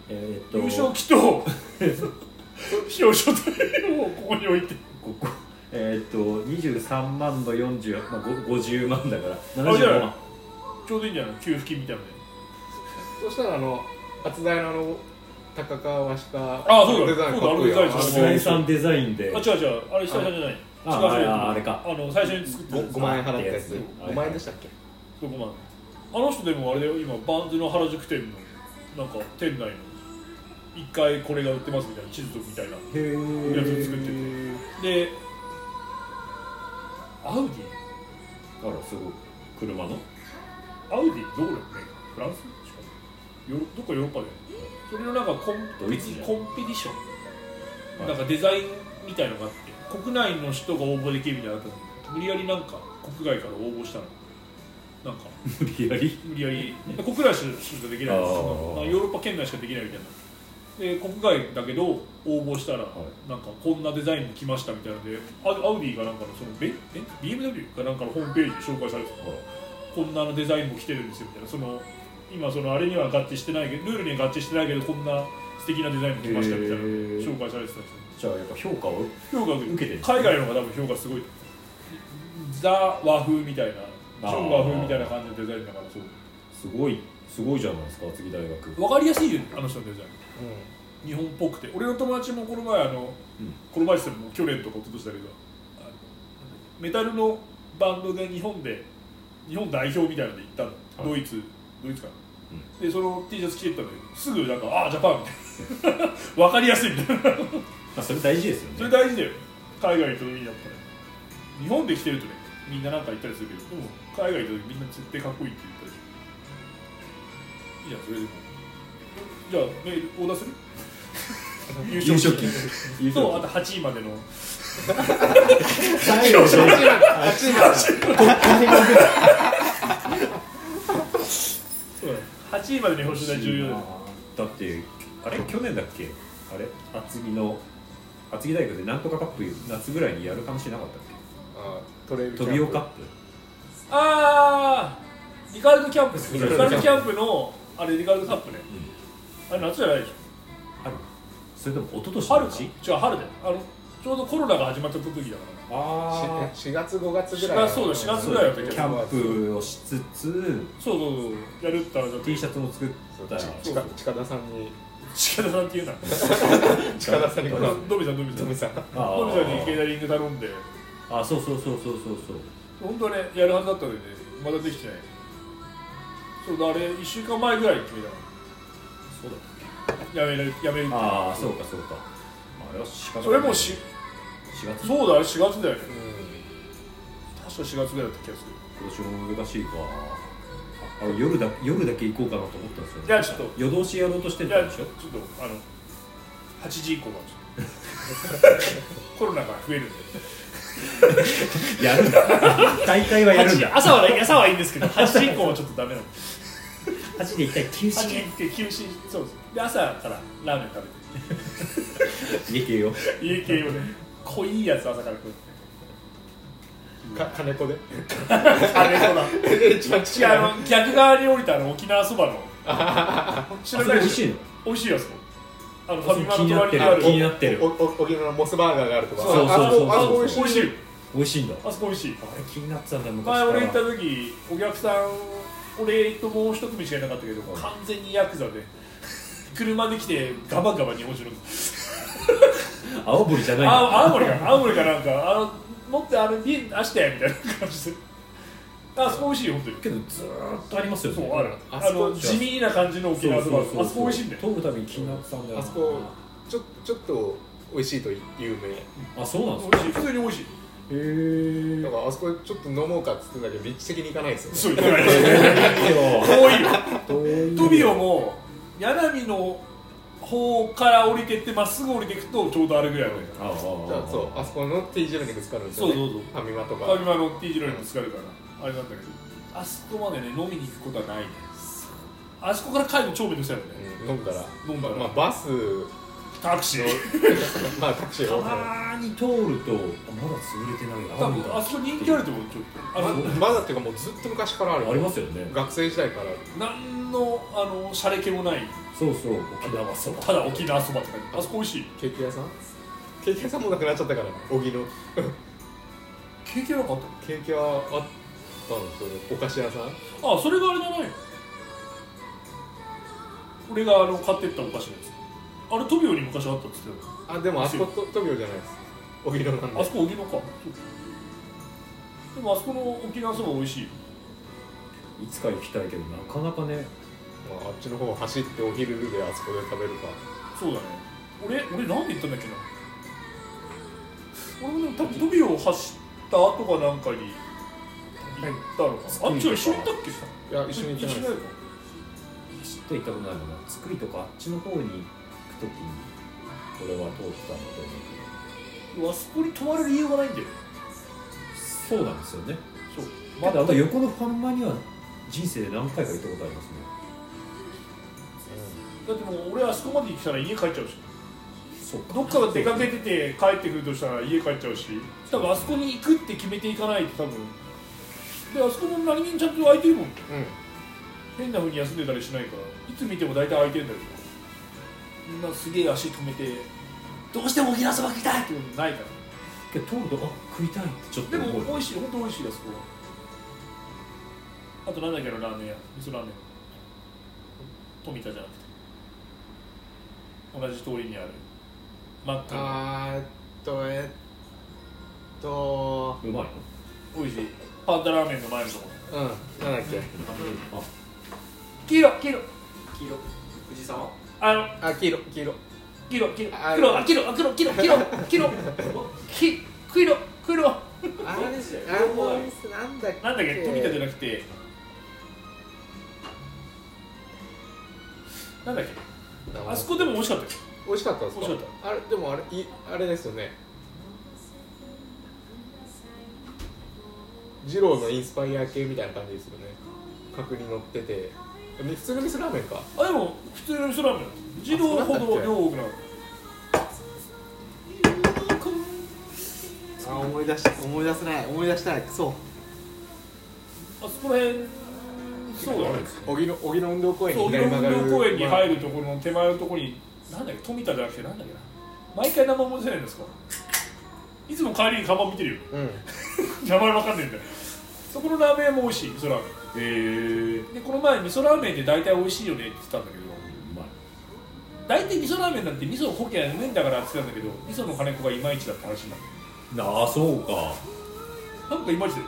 優勝優旗と表彰台をここに置いてここ 23万の40、まあ、50万だから 75万。ちょうどいいんじゃない給付金みたいなね。 そしたら厚田屋の高川下そうだデザインかっこいいや久井さんデザインで違うあれ久井さんじゃない。 あれか最初に作って 5万円払ったやつ5万円でしたっけ。 5万。あの人でもあれだよ、今バンズの原宿店のなんか店内の1回これが売ってますみたいな地図みたいなやつを作ってて、でアウディあらすごい車のアウディどこだよね。フランスしかもどっかヨーロッパでそれのなんかコンペティション、なんかデザインみたいのがあって国内の人が応募できるみたいなのがあったの。無理やりなんか国外から応募したの。なんか無理やり国内しかできないです。ヨーロッパ圏内しかできないみたいな。で国外だけど応募したら、なんかこんなデザインも来ましたみたいなので、アウディがなんかのそのBMW かなんかのホームページで紹介されてたから、こんなのデザインも来てるんですよみたいな。今あれには合致してないけどルールには合致してないけどこんな素敵なデザインも来ましたみたいな紹介されてたんですよ。 じゃあやっぱ評価を受けてる。 海外の方が多分評価すごい。ザ和風みたいな超和風みたいな感じのデザインだからすごいじゃないですか厚木大学。 分かりやすいよあの人のデザイン、日本っぽくて。俺の友達もこの前この前っても去年とか一昨年だけどメタルのバンドで日本代表みたいなので行ったの、ドイツかな、でその T シャツ着てったんだけどすぐなんかジャパンみたいな分かりやすいみたいなそれ大事ですよね。それ大事だよ。海外に行った時にやっぱり日本で着てるとねみんななんか言ったりするけど、でも海外行った時みんな絶対かっこいいって言ったり。いいじゃんそれでも。じゃあメールオーダーする優勝金とあと8位までの最後8位まで 8位までに表彰台重要だってあれ去年だっけあれ厚木大学でなんとかカップ夏ぐらいにやるかもしれなかったっけ。トビオカップ。 リカルドキャンプです。リカルドキャンプのあれリカルドカップね、あれ夏じゃないでしょ。 春。それとも一昨年春か。違う春だよ。ちょうどコロナが始まった時だから。 4月5月ぐらい。 そうだ4月ぐらいだったけど。 キャンプをしつつ、 そうやるって T シャツも作ったら近田さんに。 近田さんっていうな。 近田さんにドミさんにケータリング頼んで。 そう本当はねやるはずだったのにねまだできてない。そうだあれ1週間前ぐらいに決めたの。そうだっけ。やめるって。 そうかあれは4月。 それも4月。そうだあれ4月だよね。確か4月ぐらいだった気がする。 今年も難しいか。夜だけ行こうかなと思ったんですよ。 いやちょっと夜通しやろうとしてたんでしょ。 ちょっと8時以降はちょっとコロナが増えるんでやるんだ。大会はやるんだ。 朝はいいんですけど8時以降はちょっとダメなの。 8で一回休止。 そうです。で朝からラーメン食べて家系をね濃いやつ朝から食う。 金子で金子だ一番違う逆側に降りた沖縄そばの知らない。美味しいの。 美味しいやつファミマの気になってる沖縄のモスバーガーがあるとか。 そう美味しい。 美味しいんだ。 あそこ美味しい。 あれ気になってたんだ昔から。前俺行った時お客さん俺ともう一組しかいなかったけど完全にヤクザで車で来てガバガバ日本酒飲んで。 青森じゃないの。 青森かなんか持ってビン出してみたいな感じで。あそこ美味しいよ本当に。 けどずーっとありますよね。 そうある。地味な感じの沖縄そば。あそこ美味しいんだよ。 通るたびに気になってたんだよ。 あそこちょっと美味しいと有名。 そうなんですか。 普通に美味しい。 だからあそこでちょっと飲もうかっつってんだけど立地的に行かないですよね。 そう行かない遠いよ。トビオも柳の方から降りてってまっすぐ降りていくとちょうどあれぐらいの。 じゃあそうあそこの T 字路にぶつかるんですよね。 そうファミマとか。 ファミマの T 字路にぶつかるからあれなんだけどあそこまでね飲みに行くことはないね。あそこから帰るの超めんどくさいよね。 飲んだらまあバスタクシーまあタクシーたまに通るとまだ潰れてないあそこ人気あると思う。ちょっとまだっていうかもうずっと昔からある。 ありますよね。 学生時代から何のシャレ気もない。 そう沖縄そば。 ただ沖縄そばって感じ。あそこ美味しい。 ケーキ屋さんもなくなっちゃったから荻野ケーキ屋なかったの？ ケーキ屋あったんですよね、お菓子屋さん。 あ、それがあれじゃないの？俺が買ってったお菓子のやつ、あれトビオに昔あったっつってたよ。 あ、でもあそこトビオじゃないです、荻野なんで。 あそこ荻野か。でもあそこの沖縄そば美味しい。 いつか行きたいけどなかなかね、 まあ、あっちの方走ってお昼であそこで食べるか。 そうだね。俺なんで行ったんだっけな。俺も多分トビオを走った後かなんかに行ったのかな、あっちは一緒に行ったっけ？ いや、一緒に行ってないです。 知っていたことないもんな。作りとかあっちの方に行くときに俺は通ったんだと思うけど、 あそこに泊まる理由がないんだよ。 そうなんですよね。 そう。 まだあの横のファンマには人生で何回か行ったことありますね。 だってもう俺あそこまで行ったら家帰っちゃうし、 そうか、 どっかが出かけてて帰ってくるとしたら家帰っちゃうし、多分あそこに行くって決めていかないと多分で、あそこも何気にちゃんと空いてるもん、変な風に休んでたりしないからいつ見ても大体空いてるんだけど、みんなすげえ足止めてどうしても沖縄そば食いたいってことないから。 けど通ると食いたいってちょっとで思う。 も美味しい、本当美味しいあそこは。あとなんだっけな、ラーメン屋、味噌ラーメン、富田じゃなくて同じ通りにあるマックの。 うまいの？ 美味しい。パンダラーメンの前のところ。 なんだっけ。 黄色藤沢？ あ、黄色。あれですよ。 なんだっけ、富田じゃなくてなんだっけ、あそこでも美味しかったよ。 美味しかったですか？ 美味しかっあれ、でもあれですよね、二郎のインスパイア系みたいな感じですよね。角に乗ってて普通の味噌ラーメンか。 あ、でも普通の味噌ラーメン、二郎ほど量多くなる。 あ、思い出したい。そう、 あそこら辺、そうだね、 荻野運動公園にそう、 左曲がる。 運動公園に入るところの手前のところに、なんだっけ、富田じゃなくてなんだっけな、毎回名前思い出せないんですか。いつも帰りに看板見てるよ、名前わかんないんだよ。そこのラーメンも美味しい、味噌ラーメン。でこの前味噌ラーメンで大体美味しいよねって言ってたんだけど、大体味噌ラーメンなんて味噌をこきゃねえんだからって言ってたんだけど、味噌の金子がいまいちだって話になって、 ああ、そうか。 なんかいまいちだよ。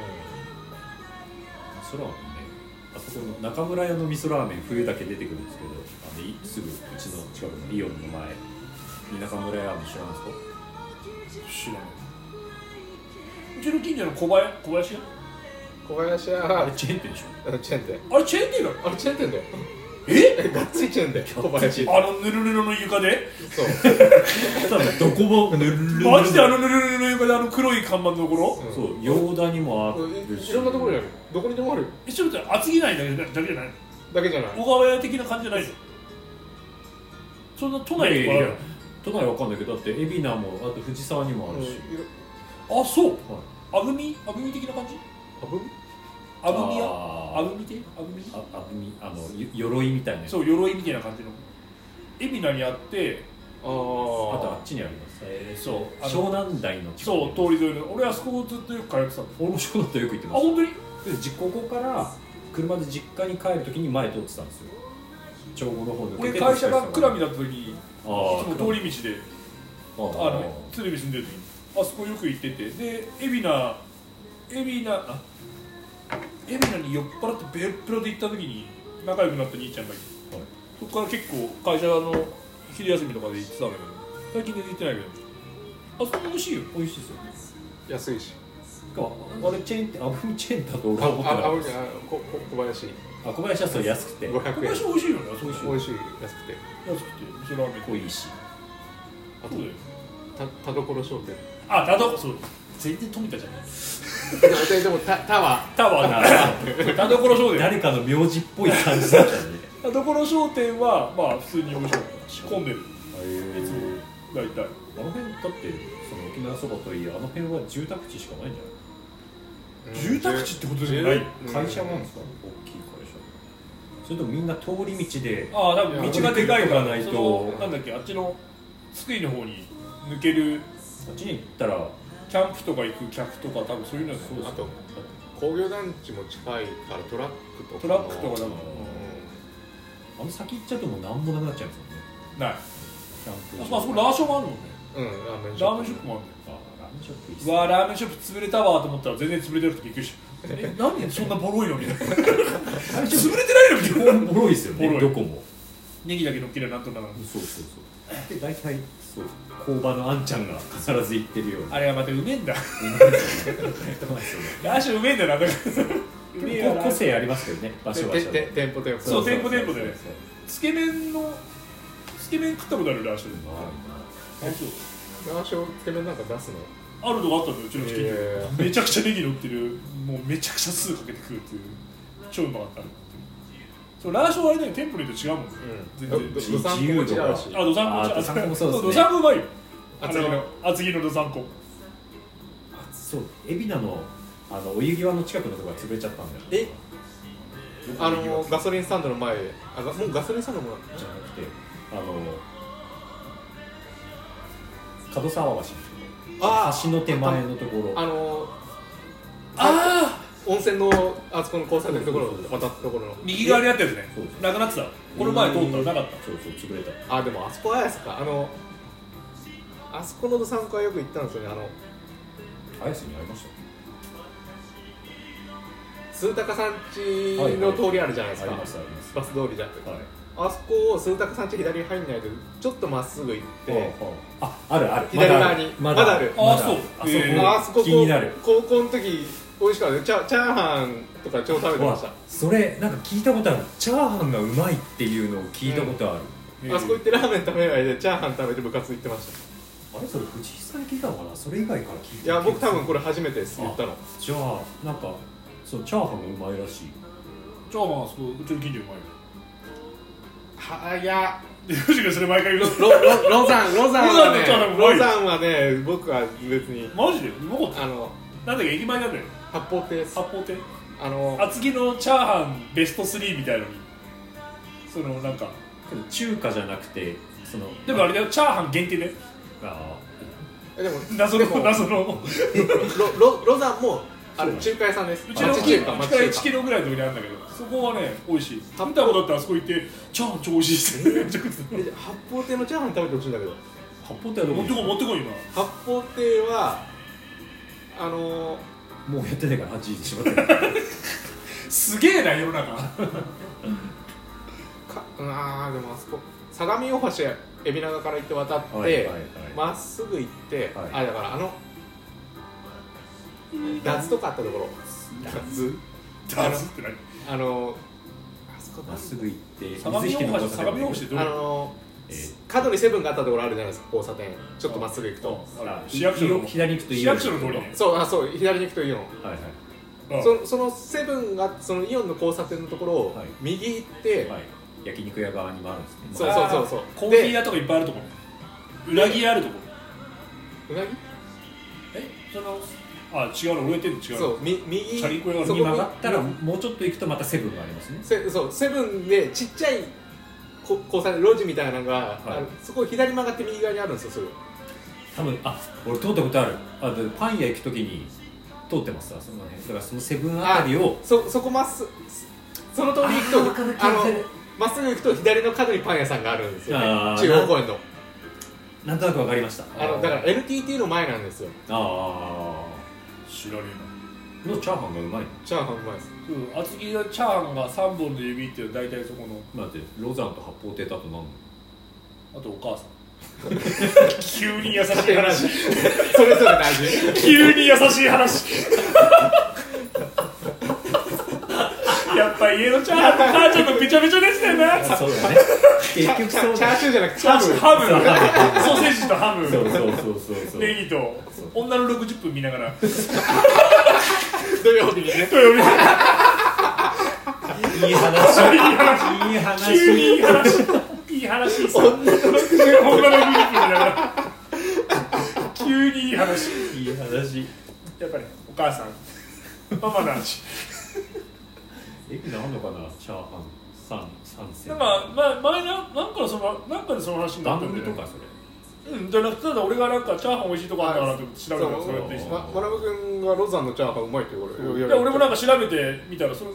味噌ラーメンね、あそこの中村屋の味噌ラーメン冬だけ出てくるんですけど、すぐうちの近くのイオンの前に中村屋あるの知らないですか？ 知らない。うちの近所の小林屋、 ああれチェーン店でしょ？ チェーン店。 あれチェーン店なの？ あれチェーン店だよ。がっつりチェーン店。小林。 あのぬるぬるの床で、 そう。 どこもぬるぬる。 マジであのぬるぬるの床で、あの黒い看板のところ、 そう、ヨーダにもあるし、 いろんなところにある。どこにでもある。 ちょっと厚木内だけじゃないだけじゃない。 小川屋的な感じじゃないの？そんな都内とかある？ 都内わかんないけど、だって海老名もあと藤沢にもあるし、 あ、そう、あぶみ的な感じ？あぶみ屋？あぶみ亭？ 鎧みたいな。 そう、鎧みたいな感じの海老名にあって、 あとあっちにあります。 そう、 湘南台のそう、通り沿いの、俺あそこをずっとよく通ってたんだ。 俺も湘南台よく行ってあ、 ます。 本当に？ でここから車で実家に帰るときに前通ってたんですよ。長後の方抜けて。 俺会社が倉見だった時に、いつもも通り道で鶴見住んでる時にあそこよく行ってて、で海老名に酔っ払ってベロベロで行った時に仲良くなった兄ちゃんがいて、そこから結構会社の昼休みとかで行ってたんだけど、最近全然行ってないけど、あそこも美味しいよ。 美味しいですよ。安いし。 あれチェーンってアブミチェーンだと俺は思ってなかった。 小林。 小林はそう安くて。 500円。 小林美味しいよね。 美味しい。安くて。 味噌ラーメン濃いし。 あと田所商店。 あ、そう。全然富田じゃない。 でも田はな。田所商店。 誰かの名字っぽい感じだったね。 田所商店はまあ普通に美味しかったし、混んでる。いつも大体。 あの辺だってその沖縄そばといい、あの辺は住宅地しかないんじゃない？ 住宅地ってことじゃない。 会社なんですか？大きい会社。それともみんな通り道で。 ああ、多分道がでかいからないと。 なんだっけ、あっちの津久井の方に抜ける。 あっちに行ったらキャンプとか行く客とか多分そういうので、 あと工業団地も近いからトラックとかなんか、 あの先行っちゃうともう何もなくなっちゃうんですよね。 ないキャンプまあそこラーションもあるもんね。 ラーメンシラョップーメンショップもあるんだよ。 ラーメンショップいいっすうわラーメンショップ潰れたわと思ったら全然潰れてるってびっくりした何そんなボロいのみたいな潰れてないのみたいなボロいですよね、 ボロいどこも。 ネギだけ乗っけりゃなんとかなる。 そうそうそう。で大体そう工場のあんちゃんが必ず行ってるような。 あれがまたうめえんだうですよね。 ラーションうめえんだよなだから個性ありますけどね、場所場所で。 店舗そう店舗でねつけ麺食ったことあるラーションラーションつけ麺なんか出すのあるとこあったんだようちのチキンでめちゃくちゃネギ乗ってるもうめちゃくちゃ酢かけて食うっていう超うまかったそうラーションはあれだよ店舗によって違うもんね全然どさんこも違うしどさんこどさんこもそうですね。 どさんこうまいよ厚木のどさんこそう海老名のお湯際の近くのところが潰れちゃったんだよ。 ガソリンスタンドの前もうガソリンスタンドもじゃなくて門沢橋橋の手前のところ温泉のあそこの交差点のところを渡ったところの右側にあったやつねなくなってたこの前通ったらなかったそう潰れた。 でもあそこはやすかあそこのどさんこはよく行ったんですよね綾瀬にありました。 鈴高さん家の通りあるじゃないですか、 ありますあります。 バス通りじゃん、 はい。 あそこを鈴高さん家左に入んないとちょっとまっすぐ行ってある左側にまだあるそうあそこ気になる。 高校の時美味しかったチャーハンとか超食べてました。 それなんか聞いたことある。チャーハンがうまいっていうのを聞いたことある。 あそこ行ってラーメン食べないでチャーハン食べて部活行ってました。 あれそれ藤井さんに聞いたのかな。それ以外から聞いて。 いや僕多分これ初めてです言ったの。 じゃあなんかそうチャーハンがうまいらしい。 チャーハンはそううちの近所うまいよいやヨシがそれ毎回言うロザンはね僕は別にマジでうまかったなんだっけ駅前なんだよ八宝亭です八宝亭厚木のチャーハンベスト3みたいのにそのなんか中華じゃなくてでもあれだよチャーハン限定ででも謎のロザンも中華屋さんです。 うちの家から1キロぐらいのところにあるんだけどそこはね美味しい見たことあったらあそこ行ってチャーハン超美味しいです八宝亭のチャーハン食べてほしいんだけど八宝亭は持ってこい今八宝亭はもうやってないから8時でしまってるすげえな世の中でもあそこ相模大橋海老名から行って渡ってまっすぐ行ってだからダズとかあったところダズって何あそこまっすぐ行って相模大橋ってどこ角にセブンがあったところあるじゃないですか交差点ちょっとまっすぐ行くと市役所の左に行くと市役所の通りねそう左に行くとイオンそのセブンがそのイオンの交差点のところを右行って焼肉屋側にもあるんですねそうコーヒー屋とかいっぱいあるところうなぎ屋あるところうなぎ違うの植えてるの違うそう右チャリンコ屋が右曲がったらもうちょっと行くとまたセブンがありますねそうセブンでちっちゃい交差点路地みたいなのがそこ左曲がって右側にあるんですよすぐ多分俺通ったことあるパン屋行くときに通ってますわその辺だからそのセブンあたりをそこまっすぐその通り行くとまっすぐ行くと左の角にパン屋さんがあるんですよね中央公園のなんとなく分かりましただから NTT の前なんですよ知らねえなのチャーハンがうまいチャーハンうまいです厚木のチャーハンが3本の指っていう大体そこの待ってロザンと八宝亭とあと何あとお母さん急に優しい話それぞれ大事急に優しい話やっぱ家のチャーハンと母ちゃんとべちゃべちゃでしたよなそうだね結局そうチャーシューじゃなくてハムソーセージとハムそうネギと女の60分見ながら土曜日にねいい話急にいい話女の60分見ながら急にいい話やっぱりお母さんママの話駅にあんのかなチャーハン3選前なんかでその話になったんだよね番組とかそれじゃなくてただ俺がなんかチャーハン美味しいとこあったなって調べたらそれやっていいし、 まなぶ君がロザンのチャーハンうまいって言うから、 いや俺もなんか調べてみたらその